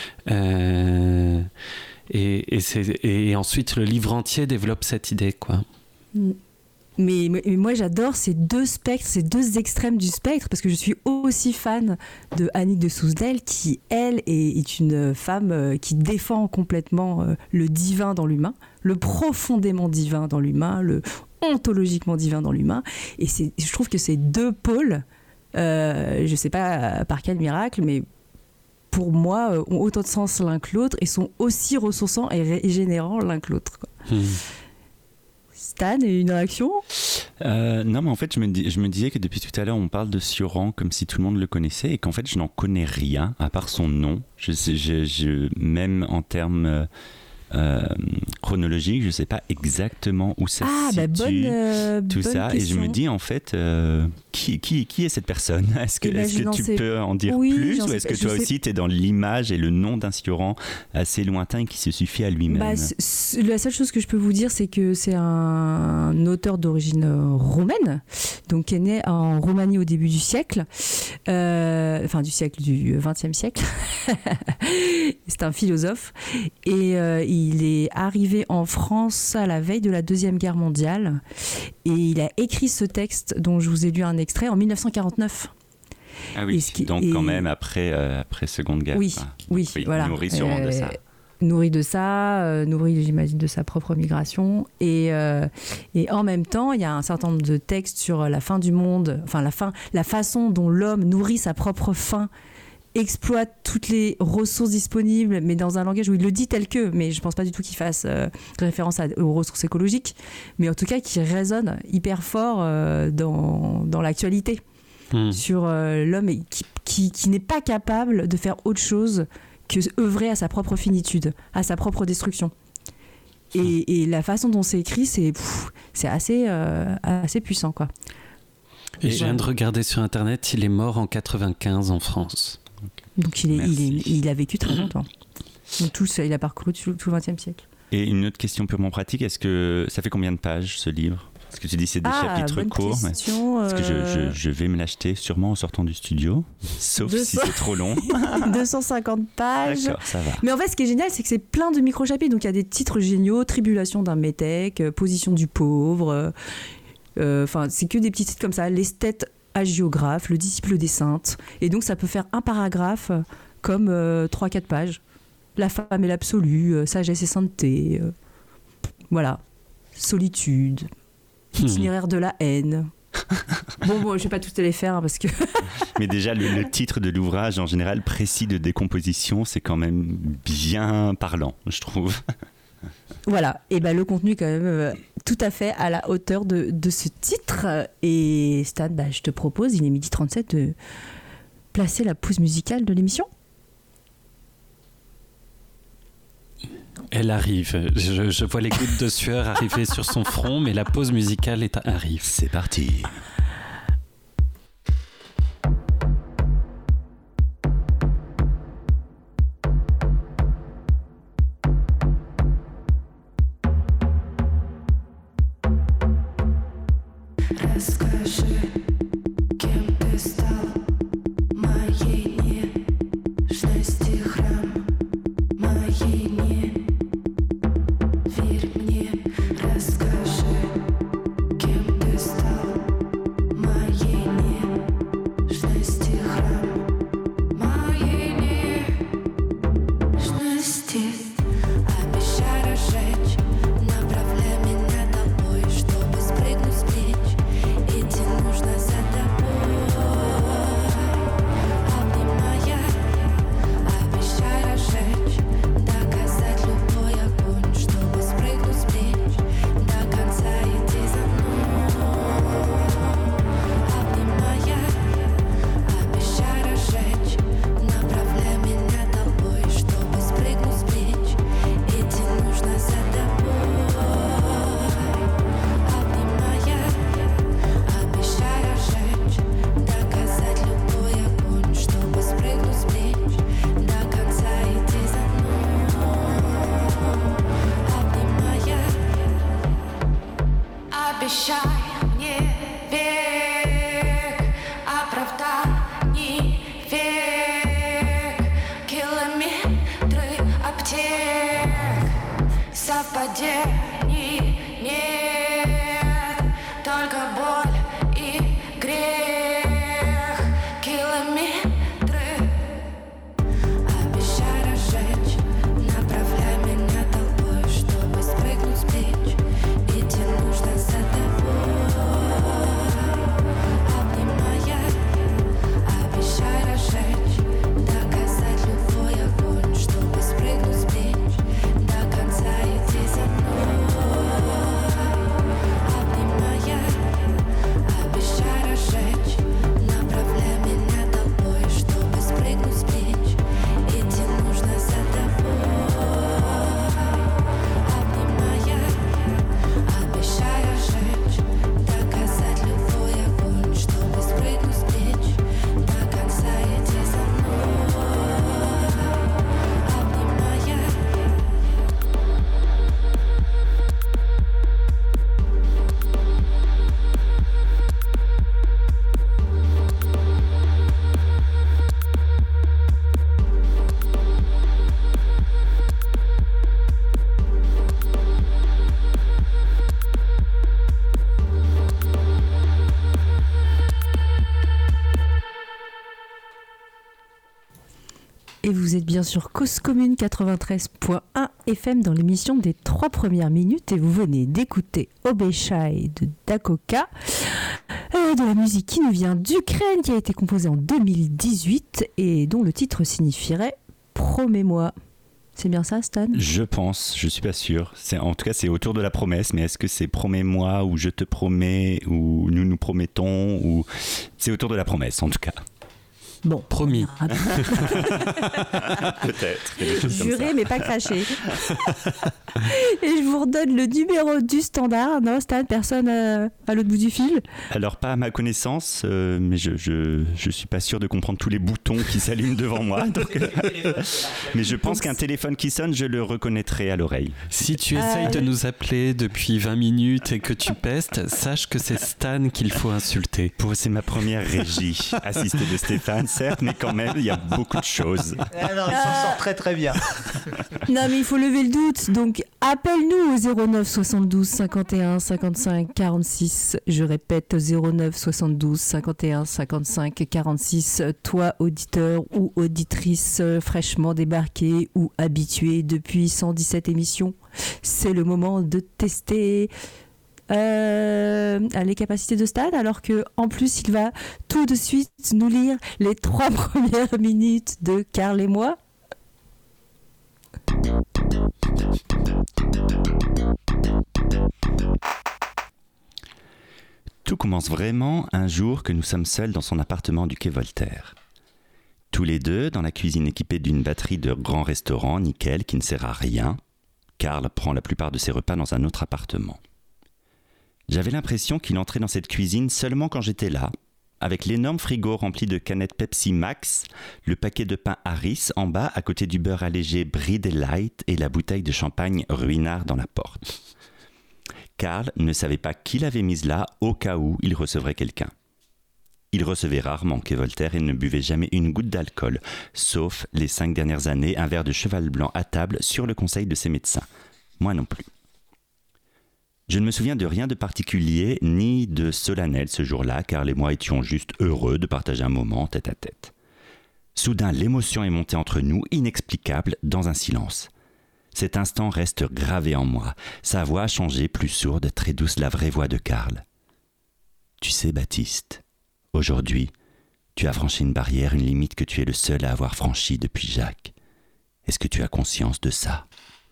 Et ensuite le livre entier développe cette idée, quoi. Mais moi, j'adore ces deux spectres, ces deux extrêmes du spectre, parce que je suis aussi fan de Annick de Souzdel, qui, elle, est une femme qui défend complètement le divin dans l'humain, le profondément divin dans l'humain, le ontologiquement divin dans l'humain. Et je trouve que ces deux pôles, je ne sais pas par quel miracle, mais pour moi, ont autant de sens l'un que l'autre et sont aussi ressourçants et régénérants l'un que l'autre, quoi. Stan, une réaction ? Non, mais en fait, je me disais que depuis tout à l'heure, on parle de Sioran comme si tout le monde le connaissait et qu'en fait, je n'en connais rien à part son nom. Même en termes chronologique, je ne sais pas exactement où ça se situe, tout bonne ça, question. et je me dis en fait, qui est cette personne ? Est-ce que, tu peux en dire Oui, plus, ou est-ce que toi aussi tu es dans l'image et le nom d'un Sioran assez lointain qui se suffit à lui-même ? La seule chose que je peux vous dire, c'est que c'est un auteur d'origine roumaine, donc qui est né en Roumanie au début du siècle, du XXe siècle. C'est un philosophe et il est arrivé en France à la veille de la Deuxième Guerre mondiale et il a écrit ce texte dont je vous ai lu un extrait en 1949. Ah oui, quand même après Seconde Guerre. Oui, voilà. Nourri sûrement de ça. Nourri, j'imagine, de sa propre migration. Et en même temps, il y a un certain nombre de textes sur la fin du monde, la façon dont l'homme nourrit sa propre faim, exploite toutes les ressources disponibles, mais dans un langage où il le dit tel que, mais je pense pas du tout qu'il fasse référence aux ressources écologiques, mais en tout cas qui résonne hyper fort dans l'actualité sur l'homme qui n'est pas capable de faire autre chose que œuvrer à sa propre finitude, à sa propre destruction. Et la façon dont c'est écrit, c'est assez puissant, quoi. Et je viens de regarder sur Internet, il est mort en 95 en France. Donc il a vécu très longtemps. Donc il a parcouru tout le XXe siècle. Et une autre question purement pratique, est-ce que ça fait combien de pages ce livre ? Parce que tu dis c'est des chapitres courts. Parce que je vais me l'acheter sûrement en sortant du studio, sauf si c'est trop long. 250 pages. D'accord, ça va. Mais en fait, ce qui est génial, c'est que c'est plein de micro-chapitres. Donc il y a des titres géniaux, Tribulation d'un métèque, Position du pauvre. C'est que des petits titres comme ça. L'esthète hagiographe, Le disciple des saintes. Et donc ça peut faire un paragraphe comme 3-4 pages. La femme et l'absolu, sagesse et sainteté. Voilà. Solitude. Itinéraire de la haine. Bon, je vais pas toutes les faire parce que. Mais déjà, le titre de l'ouvrage, en général, précis de décomposition, c'est quand même bien parlant, je trouve. Voilà, et le contenu quand même tout à fait à la hauteur de ce titre. Et Stan, je te propose, il est 12h37, de placer la pause musicale de l'émission. Elle arrive. Je vois les gouttes de sueur arriver sur son front, mais la pause musicale arrive. C'est parti. Et vous êtes bien sûr Cause Commune 93.1 FM dans l'émission des 3 premières minutes et vous venez d'écouter Obeshai de Dakoka, de la musique qui nous vient d'Ukraine, qui a été composée en 2018 et dont le titre signifierait « Promets-moi ». C'est bien ça, Stan ? Je pense, je suis pas sûr. En tout cas, c'est autour de la promesse, mais est-ce que c'est promets-moi ou je te promets ou nous nous promettons ou c'est autour de la promesse en tout cas. Bon, promis. Peut-être. Juré, mais pas craché. Et je vous redonne le numéro du standard. Non, Stan, personne à l'autre bout du fil ? Alors, pas à ma connaissance, mais je suis pas sûr de comprendre tous les boutons qui s'allument devant moi. Donc, mais je pense qu'un téléphone qui sonne, je le reconnaîtrai à l'oreille. Si tu essayes de nous appeler depuis 20 minutes et que tu pestes, sache que c'est Stan qu'il faut insulter. C'est ma première régie, assistée de Stéphane. Certes, mais quand même, il y a beaucoup de choses. Ah non, il s'en sort très très bien. Non, mais il faut lever le doute. Donc, appelle-nous au 09 72 51 55 46. Je répète, 09 72 51 55 46. Toi, auditeur ou auditrice fraîchement débarqué ou habitué depuis 117 émissions, c'est le moment de tester les capacités de Stan, alors que en plus il va tout de suite nous lire les 3 premières minutes de Karl et moi. Tout commence vraiment un jour que nous sommes seuls dans son appartement du quai Voltaire. Tous les deux dans la cuisine équipée d'une batterie de grands restaurants nickel qui ne sert à rien. Karl prend la plupart de ses repas dans un autre appartement. J'avais l'impression qu'il entrait dans cette cuisine seulement quand j'étais là, avec l'énorme frigo rempli de canettes Pepsi Max, le paquet de pain Harris en bas à côté du beurre allégé Brie Delight et la bouteille de champagne Ruinart dans la porte. Karl ne savait pas qui l'avait mise là au cas où il recevrait quelqu'un. Il recevait rarement quai Voltaire et ne buvait jamais une goutte d'alcool, sauf les 5 dernières années, un verre de cheval blanc à table sur le conseil de ses médecins. Moi non plus. Je ne me souviens de rien de particulier ni de solennel ce jour-là, car les moi étions juste heureux de partager un moment tête à tête. Soudain, l'émotion est montée entre nous, inexplicable, dans un silence. Cet instant reste gravé en moi. Sa voix a changé, plus sourde, très douce, la vraie voix de Karl. « Tu sais, Baptiste, aujourd'hui, tu as franchi une barrière, une limite que tu es le seul à avoir franchie depuis Jacques. Est-ce que tu as conscience de ça ?»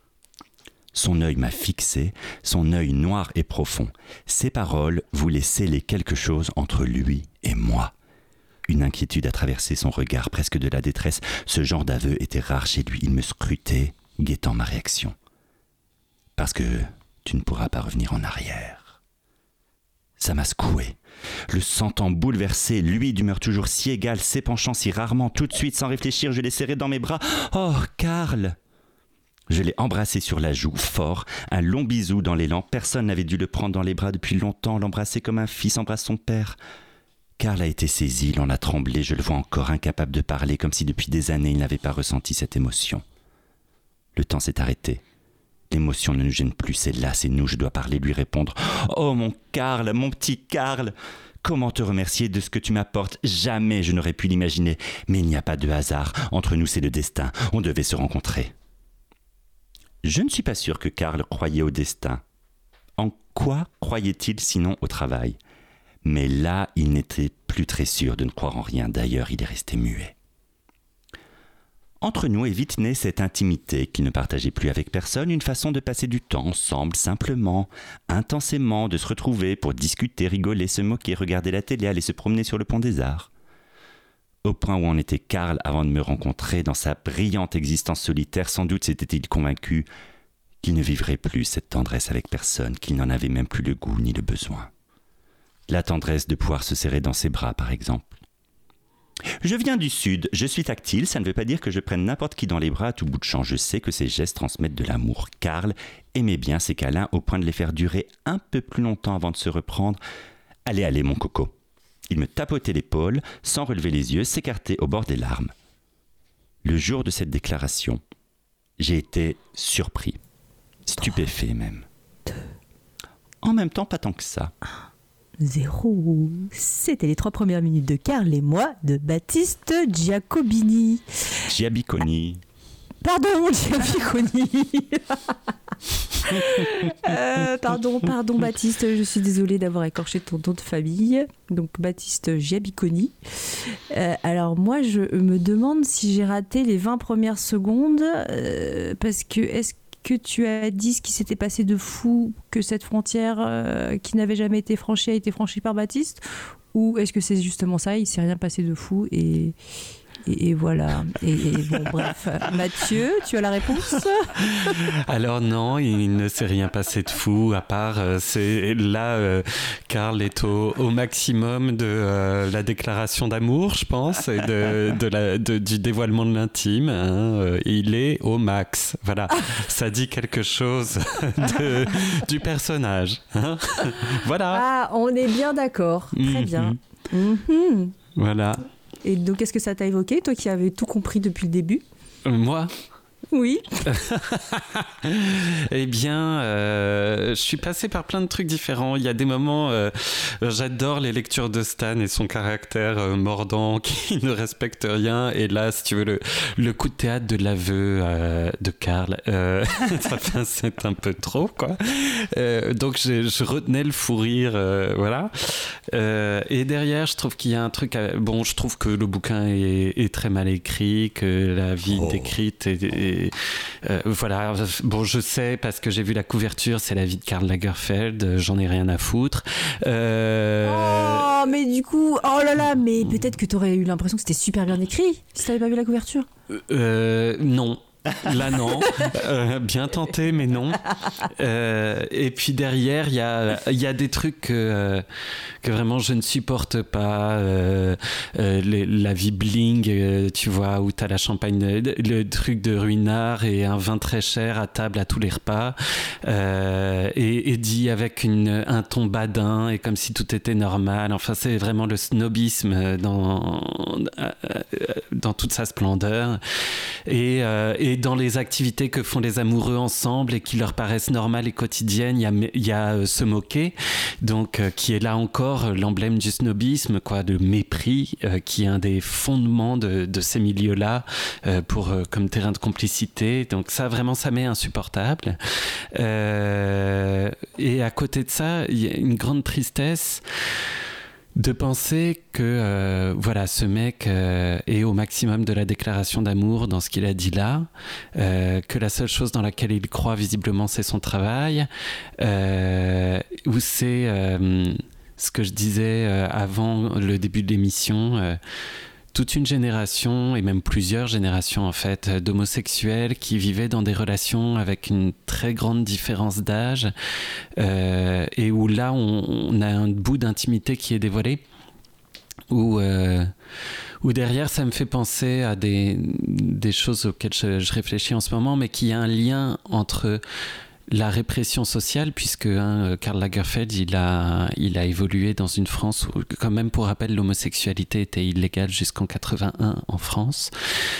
Son œil m'a fixé, son œil noir et profond. Ses paroles voulaient sceller quelque chose entre lui et moi. Une inquiétude a traversé son regard, presque de la détresse. Ce genre d'aveu était rare chez lui. Il me scrutait, guettant ma réaction. « Parce que tu ne pourras pas revenir en arrière. » Ça m'a secoué. Le sentant bouleversé, lui d'humeur toujours si égale, s'épanchant si rarement, tout de suite, sans réfléchir, je l'ai serré dans mes bras. « Oh, Karl !» Je l'ai embrassé sur la joue, fort, un long bisou dans l'élan. Personne n'avait dû le prendre dans les bras depuis longtemps, l'embrasser comme un fils embrasse son père. Karl a été saisi, il en a tremblé, je le vois encore incapable de parler, comme si depuis des années il n'avait pas ressenti cette émotion. Le temps s'est arrêté. L'émotion ne nous gêne plus, c'est là, c'est nous, je dois parler, lui répondre. « Oh mon Karl, mon petit Karl !» Comment te remercier de ce que tu m'apportes ? Jamais je n'aurais pu l'imaginer. Mais il n'y a pas de hasard. Entre nous, c'est le destin. On devait se rencontrer. Je ne suis pas sûr que Karl croyait au destin. En quoi croyait-il sinon au travail ? Mais là, il n'était plus très sûr de ne croire en rien. D'ailleurs, il est resté muet. Entre nous est vite née cette intimité qu'il ne partageait plus avec personne, une façon de passer du temps ensemble, simplement, intensément, de se retrouver pour discuter, rigoler, se moquer, regarder la télé, aller se promener sur le pont des Arts. Au point où en était Karl avant de me rencontrer, dans sa brillante existence solitaire, sans doute s'était-il convaincu qu'il ne vivrait plus cette tendresse avec personne, qu'il n'en avait même plus le goût ni le besoin. La tendresse de pouvoir se serrer dans ses bras, par exemple. Je viens du Sud, je suis tactile, ça ne veut pas dire que je prenne n'importe qui dans les bras à tout bout de champ. Je sais que ces gestes transmettent de l'amour. Karl aimait bien ces câlins au point de les faire durer un peu plus longtemps avant de se reprendre. « Allez, allez, mon coco !» Il me tapotait l'épaule, sans relever les yeux, s'écartait au bord des larmes. Le jour de cette déclaration, j'ai été surpris, stupéfait même. En même temps, pas tant que ça. C'était les 3 premières minutes de Karl et moi de Baptiste Giacobini. Giabiconi. Pardon, Giabiconi. Pardon Baptiste, je suis désolée d'avoir écorché ton nom de famille. Donc Baptiste Giabiconi. Alors moi je me demande si j'ai raté les 20 premières secondes parce que est-ce que tu as dit ce qui s'était passé de fou, que cette frontière qui n'avait jamais été franchie a été franchie par Baptiste, ou est-ce que c'est justement ça, il s'est rien passé de fou et voilà. Et bon, bref. Mathieu, tu as la réponse ? Alors non, il ne s'est rien passé de fou, à part, Karl est au maximum de la déclaration d'amour, je pense, et du dévoilement de l'intime. Hein. Il est au max. Voilà, ça dit quelque chose du personnage. Hein. Voilà. Ah, on est bien d'accord. Très bien. Voilà. Et donc, qu'est-ce que ça t'a évoqué, toi qui avais tout compris depuis le début ? Moi ? Oui. Eh bien, je suis passé par plein de trucs différents. Il y a des moments, j'adore les lectures de Stan et son caractère mordant qui ne respecte rien. Et là, si tu veux, le coup de théâtre de l'aveu de Karl, c'est un peu trop, quoi. Donc, je retenais le fou rire, voilà. Et derrière, je trouve qu'il y a un truc... je trouve que le bouquin est très mal écrit, que la vie décrite est voilà, bon, je sais parce que j'ai vu la couverture, c'est la vie de Karl Lagerfeld, j'en ai rien à foutre. Oh, mais du coup, oh là là, mais peut-être que t'aurais eu l'impression que c'était super bien écrit si t'avais pas vu la couverture. Non. Là, non. Bien tenté, mais non. Et puis derrière, il y a des trucs que vraiment je ne supporte pas. La vie bling, tu vois, où t'as la champagne, le truc de ruinard et un vin très cher à table à tous les repas. Et dit avec un ton badin et comme si tout était normal. Enfin, c'est vraiment le snobisme dans toute sa splendeur. Et dans les activités que font les amoureux ensemble et qui leur paraissent normales et quotidiennes, il y a se moquer, donc qui est là encore l'emblème du snobisme, quoi, de mépris, qui est un des fondements de ces milieux-là comme terrain de complicité. Donc ça, vraiment, ça m'est insupportable. Et à côté de ça, il y a une grande tristesse de penser que ce mec est au maximum de la déclaration d'amour dans ce qu'il a dit là, que la seule chose dans laquelle il croit visiblement c'est son travail, ou c'est ce que je disais avant le début de l'émission, toute une génération, et même plusieurs générations en fait, d'homosexuels qui vivaient dans des relations avec une très grande différence d'âge, et où là on a un bout d'intimité qui est dévoilé, où derrière ça me fait penser à des choses auxquelles je réfléchis en ce moment, mais qui a un lien entre la répression sociale, puisque Karl Lagerfeld, il a évolué dans une France où, quand même, pour rappel, l'homosexualité était illégale jusqu'en 81 en France.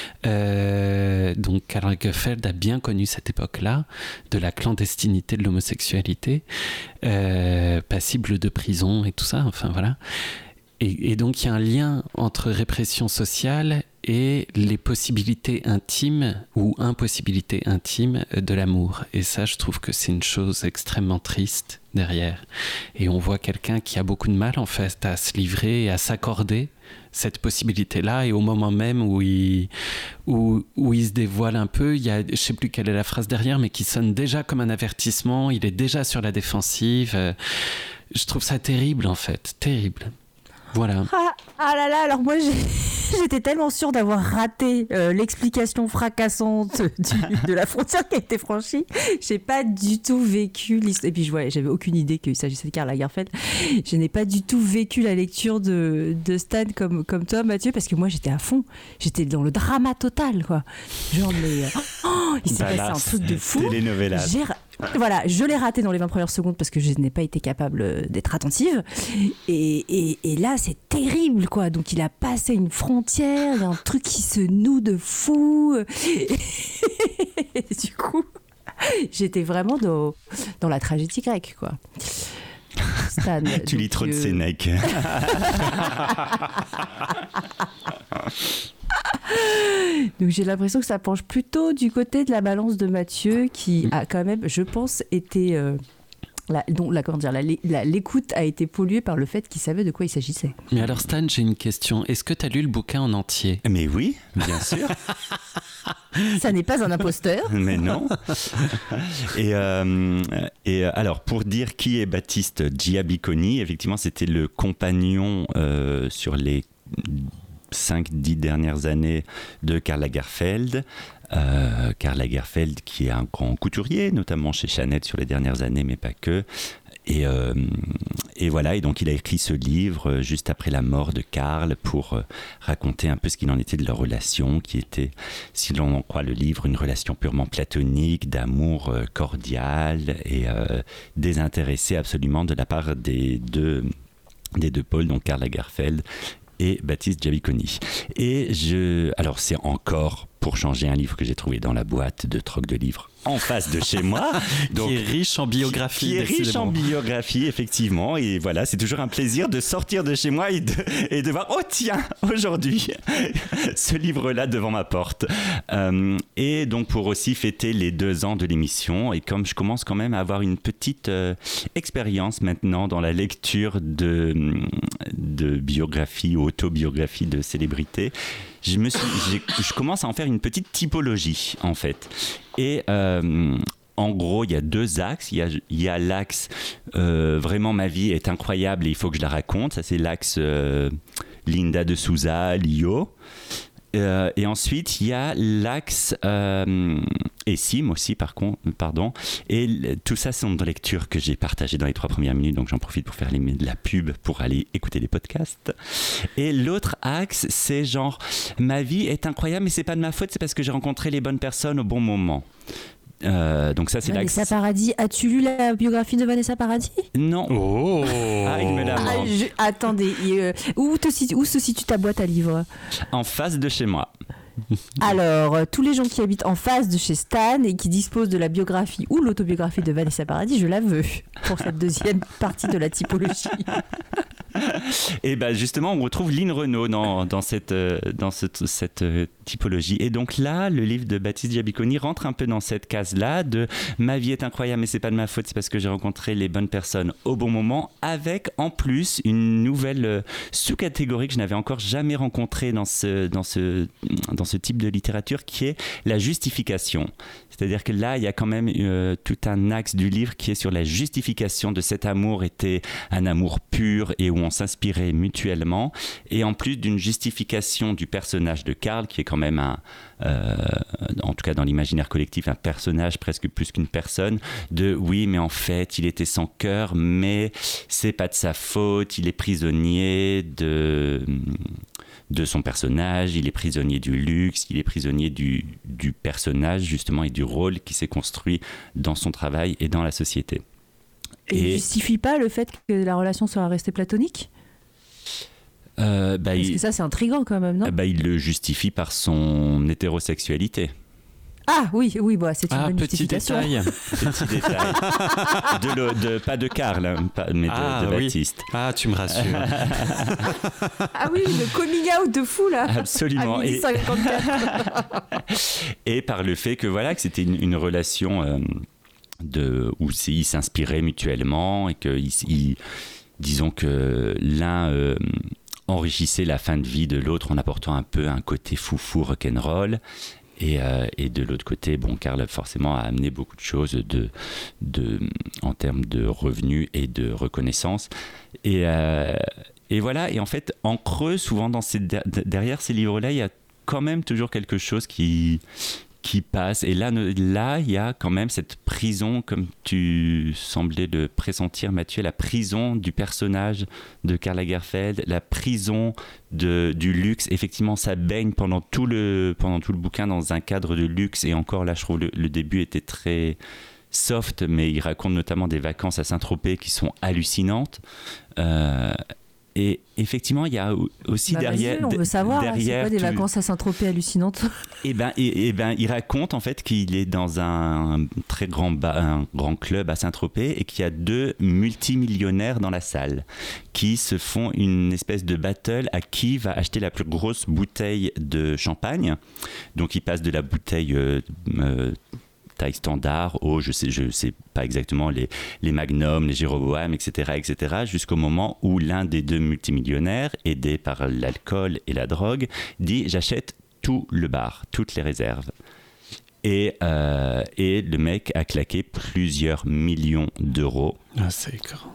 Donc Karl Lagerfeld a bien connu cette époque-là de la clandestinité de l'homosexualité, passible de prison et tout ça, enfin voilà. Et donc il y a un lien entre répression sociale et les possibilités intimes ou impossibilités intimes de l'amour. Et ça, je trouve que c'est une chose extrêmement triste derrière. Et on voit quelqu'un qui a beaucoup de mal, en fait, à se livrer et à s'accorder cette possibilité-là. Et au moment même où il se dévoile un peu, il y a, je ne sais plus quelle est la phrase derrière, mais qui sonne déjà comme un avertissement. Il est déjà sur la défensive. Je trouve ça terrible, en fait. Terrible. Voilà. Ah là là, alors moi j'étais tellement sûre d'avoir raté l'explication fracassante de la frontière qui a été franchie. J'ai pas du tout vécu l'histoire. Et puis j'avais aucune idée qu'il s'agissait de Karl Lagerfeld. Je n'ai pas du tout vécu la lecture de Stan comme toi, Mathieu, parce que moi j'étais à fond. J'étais dans le drama total, quoi. Genre, mais il s'est passé un truc de fou. Télénovela. Voilà, je l'ai raté dans les 20 premières secondes parce que je n'ai pas été capable d'être attentive. Et là, c'est terrible, quoi. Donc, il a passé une frontière, il y a un truc qui se noue de fou. Et du coup, j'étais vraiment dans la tragédie grecque, quoi. Stan. Tu lis trop de Sénèque. Donc j'ai l'impression que ça penche plutôt du côté de la balance de Mathieu, qui a quand même, je pense, été... l'écoute a été polluée par le fait qu'il savait de quoi il s'agissait. Mais alors Stan, j'ai une question. Est-ce que tu as lu le bouquin en entier ? Mais oui, bien sûr. Ça n'est pas un imposteur. Mais non. Et alors, pour dire qui est Baptiste Giabiconi, effectivement, c'était le compagnon sur les 5-10 dernières années de Karl Lagerfeld. Karl Lagerfeld, qui est un grand couturier, notamment chez Chanel sur les dernières années, mais pas que. Et voilà, et donc il a écrit ce livre juste après la mort de Karl pour raconter un peu ce qu'il en était de leur relation, qui était, si l'on en croit le livre, une relation purement platonique, d'amour cordial et désintéressé absolument de la part des deux pôles, donc Karl Lagerfeld et Baptiste Giabiconi. Alors c'est encore pour changer un livre que j'ai trouvé dans la boîte de troc de livres en face de chez moi. Donc, qui est riche en biographie. Qui est riche en biographie, effectivement. Et voilà, c'est toujours un plaisir de sortir de chez moi et de voir, oh tiens, aujourd'hui, ce livre-là devant ma porte. Et donc pour aussi fêter les 2 ans de l'émission, et comme je commence quand même à avoir une petite expérience maintenant dans la lecture de biographies, autobiographies de célébrités, je commence à en faire une petite typologie, en fait. Et en gros, il y a 2 axes. Il y a l'axe vraiment ma vie est incroyable et il faut que je la raconte. Ça, c'est l'axe Linda de Souza, Lio. Et ensuite, il y a l'axe et Sim aussi, pardon. Et tout ça, ce sont des lectures que j'ai partagées dans les 3 premières minutes, donc j'en profite pour faire de la pub pour aller écouter les podcasts. Et l'autre axe, c'est genre, ma vie est incroyable, mais c'est pas de ma faute, c'est parce que j'ai rencontré les bonnes personnes au bon moment. Donc ça c'est Vanessa Paradis. As-tu lu la biographie de Vanessa Paradis ? Non. Oh. Ah, il me l'a menti. Attendez, où se situe ta boîte à livres ? En face de chez moi. Alors, tous les gens qui habitent en face de chez Stan et qui disposent de la biographie ou l'autobiographie de Vanessa Paradis, je la veux pour cette deuxième partie de la typologie. Et ben justement, on retrouve Lynn Renaud dans cette typologie. Et donc là, le livre de Baptiste Giabiconi rentre un peu dans cette case-là de ma vie est incroyable, mais c'est pas de ma faute, c'est parce que j'ai rencontré les bonnes personnes au bon moment, avec en plus une nouvelle sous-catégorie que je n'avais encore jamais rencontrée dans ce type de littérature, qui est la justification. C'est-à-dire que là, il y a quand même tout un axe du livre qui est sur la justification de cet amour était un amour pur et où on s'inspirait mutuellement. Et en plus d'une justification du personnage de Karl, qui est quand même en tout cas dans l'imaginaire collectif, un personnage presque plus qu'une personne, de oui, mais en fait, il était sans cœur, mais c'est pas de sa faute, il est prisonnier de son personnage, il est prisonnier du luxe, il est prisonnier du personnage justement et du rôle qui s'est construit dans son travail et dans la société. Et il ne justifie pas le fait que la relation soit restée platonique ? Parce que ça c'est intriguant quand même, non ? Il le justifie par son hétérosexualité. Ah oui, bah, c'est une bonne justification. Petit détail. Pas de Karl, mais de Baptiste. Ah, tu me rassures. Ah oui, le coming out de fou là. Absolument. À 12h54. Et par le fait que voilà, que c'était une relation où ils s'inspiraient mutuellement et que disons que l'un enrichissait la fin de vie de l'autre en apportant un peu un côté foufou rock'n'roll. Et de l'autre côté, Karl forcément a amené beaucoup de choses en termes de revenus et de reconnaissance. Et voilà, et en fait, en creux, souvent derrière ces livres-là, il y a quand même toujours quelque chose qui passe. Et là, il y a quand même cette prison, comme tu semblais le pressentir, Mathieu, la prison du personnage de Karl Lagerfeld, la prison du luxe. Effectivement, ça baigne pendant tout le bouquin dans un cadre de luxe. Et encore là, je trouve le début était très soft, mais il raconte notamment des vacances à Saint-Tropez qui sont hallucinantes. Et effectivement, il y a aussi derrière... on veut savoir, c'est quoi des tout... vacances à Saint-Tropez hallucinantes? Et ben, il raconte en fait qu'il est dans un très grand club à Saint-Tropez et qu'il y a 2 multimillionnaires dans la salle qui se font une espèce de battle à qui va acheter la plus grosse bouteille de champagne. Donc, il passe de la bouteille... taille standard, je sais pas exactement, les Magnum, les Jéroboam, etc., jusqu'au moment où l'un des 2 multimillionnaires, aidé par l'alcool et la drogue, dit « j'achète tout le bar, toutes les réserves ». Et le mec a claqué plusieurs millions d'euros. Ah, c'est grand.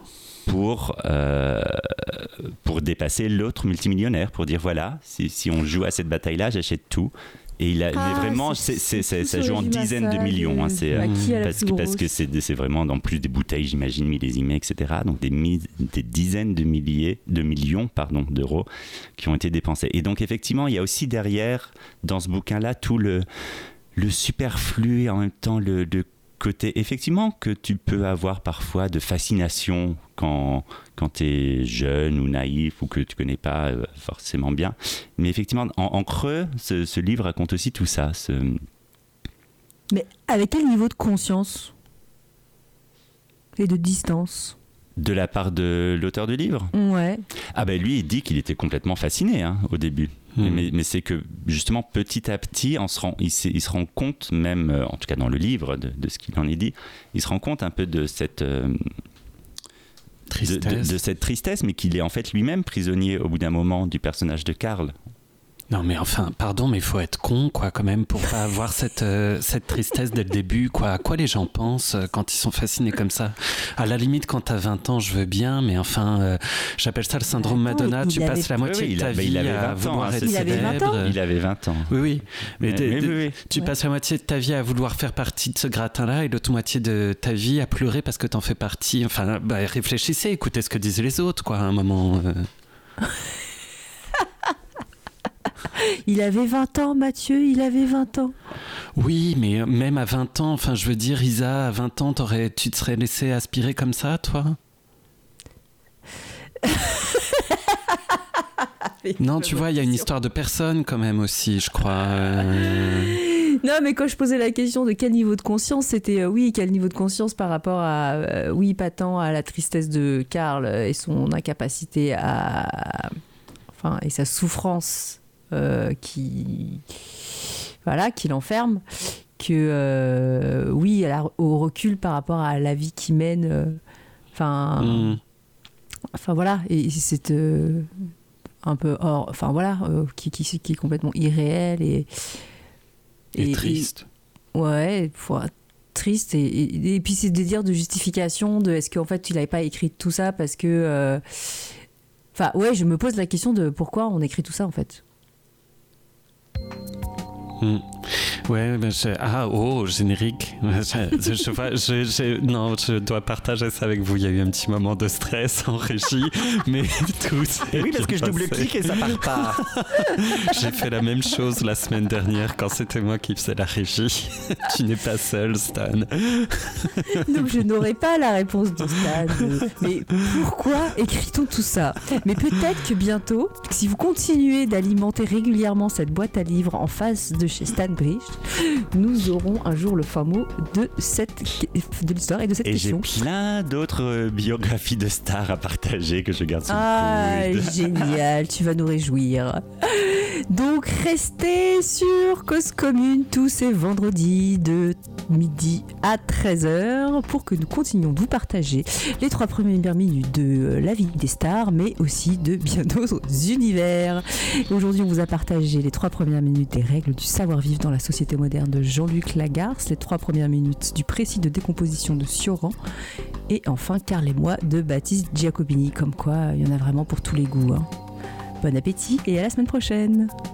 Pour dépasser l'autre multimillionnaire, pour dire voilà, si on joue à cette bataille-là, j'achète tout. Et mais vraiment, ça joue en dizaines de millions. Hein, parce que c'est vraiment dans plus des bouteilles, j'imagine, millésimées, etc. Donc des dizaines de millions d'euros qui ont été dépensés. Et donc effectivement, il y a aussi derrière, dans ce bouquin-là, tout le superflu et en même temps le côté effectivement que tu peux avoir parfois de fascination quand tu es jeune ou naïf ou que tu connais pas forcément bien. Mais effectivement, en creux, ce livre raconte aussi tout ça. Mais avec quel niveau de conscience et de distance? De la part de l'auteur du livre? Ouais. Ah ben lui, il dit qu'il était complètement fasciné au début. Mais c'est que justement petit à petit il se rend compte, même en tout cas dans le livre de ce qu'il en est dit, il se rend compte un peu de cette tristesse. De cette tristesse, mais qu'il est en fait lui-même prisonnier au bout d'un moment du personnage de Karl. Non mais enfin, pardon, mais il faut être con quand même pour pas avoir cette tristesse dès le début, quoi. À quoi les gens pensent quand ils sont fascinés comme ça? À la limite, quand t'as 20 ans, je veux bien, mais enfin, j'appelle ça le syndrome Madonna. Tu passes la moitié de ta vie à vouloir être célèbre. Il avait 20 ans. Oui. Tu passes la moitié de ta vie à vouloir faire partie de ce gratin-là et l'autre moitié de ta vie à pleurer parce que t'en fais partie. Enfin, réfléchissez, écoutez ce que disent les autres, quoi, à un moment... Il avait 20 ans, Mathieu, il avait 20 ans. Oui, mais même à 20 ans, enfin, je veux dire, Isa, à 20 ans, tu te serais laissé aspirer comme ça, toi? Non, tu vois, il y a une histoire de personne quand même aussi, je crois. Non, mais quand je posais la question de quel niveau de conscience, c'était quel niveau de conscience par rapport à, pas tant à la tristesse de Karl et son incapacité et sa souffrance qui l'enferme, que au recul par rapport à la vie qu'il mène, et c'est un peu hors, qui est complètement irréel et triste. Triste et puis c'est des dires de justification de est-ce qu'en fait il n'avait pas écrit tout ça parce que je me pose la question de pourquoi on écrit tout ça en fait. Ouais, générique. Je dois partager ça avec vous. Il y a eu un petit moment de stress en régie, mais tout s'est oui, parce que je double-clique et ça part pas. J'ai fait la même chose la semaine dernière quand c'était moi qui faisais la régie. Tu n'es pas seul, Stan. Donc je n'aurai pas la réponse de Stan. Mais pourquoi écrit-on tout ça? Mais peut-être que bientôt, si vous continuez d'alimenter régulièrement cette boîte à livres en face de chez Stan Bricht, nous aurons un jour le fin mot de l'histoire et de cette question. Et j'ai plein d'autres biographies de stars à partager que je garde sous le coude. Génial, tu vas nous réjouir. Donc restez sur Cause Commune tous ces vendredis de midi à 13h pour que nous continuions de vous partager les 3 premières minutes de la vie des stars, mais aussi de bien d'autres univers. Aujourd'hui, on vous a partagé les 3 premières minutes des règles du savoir-vivre dans la société moderne de Jean-Luc Lagarce, les 3 premières minutes du précis de décomposition de Sioran, et enfin Karl et moi de Baptiste Giacobini. Comme quoi, il y en a vraiment pour tous les goûts. Bon appétit et à la semaine prochaine.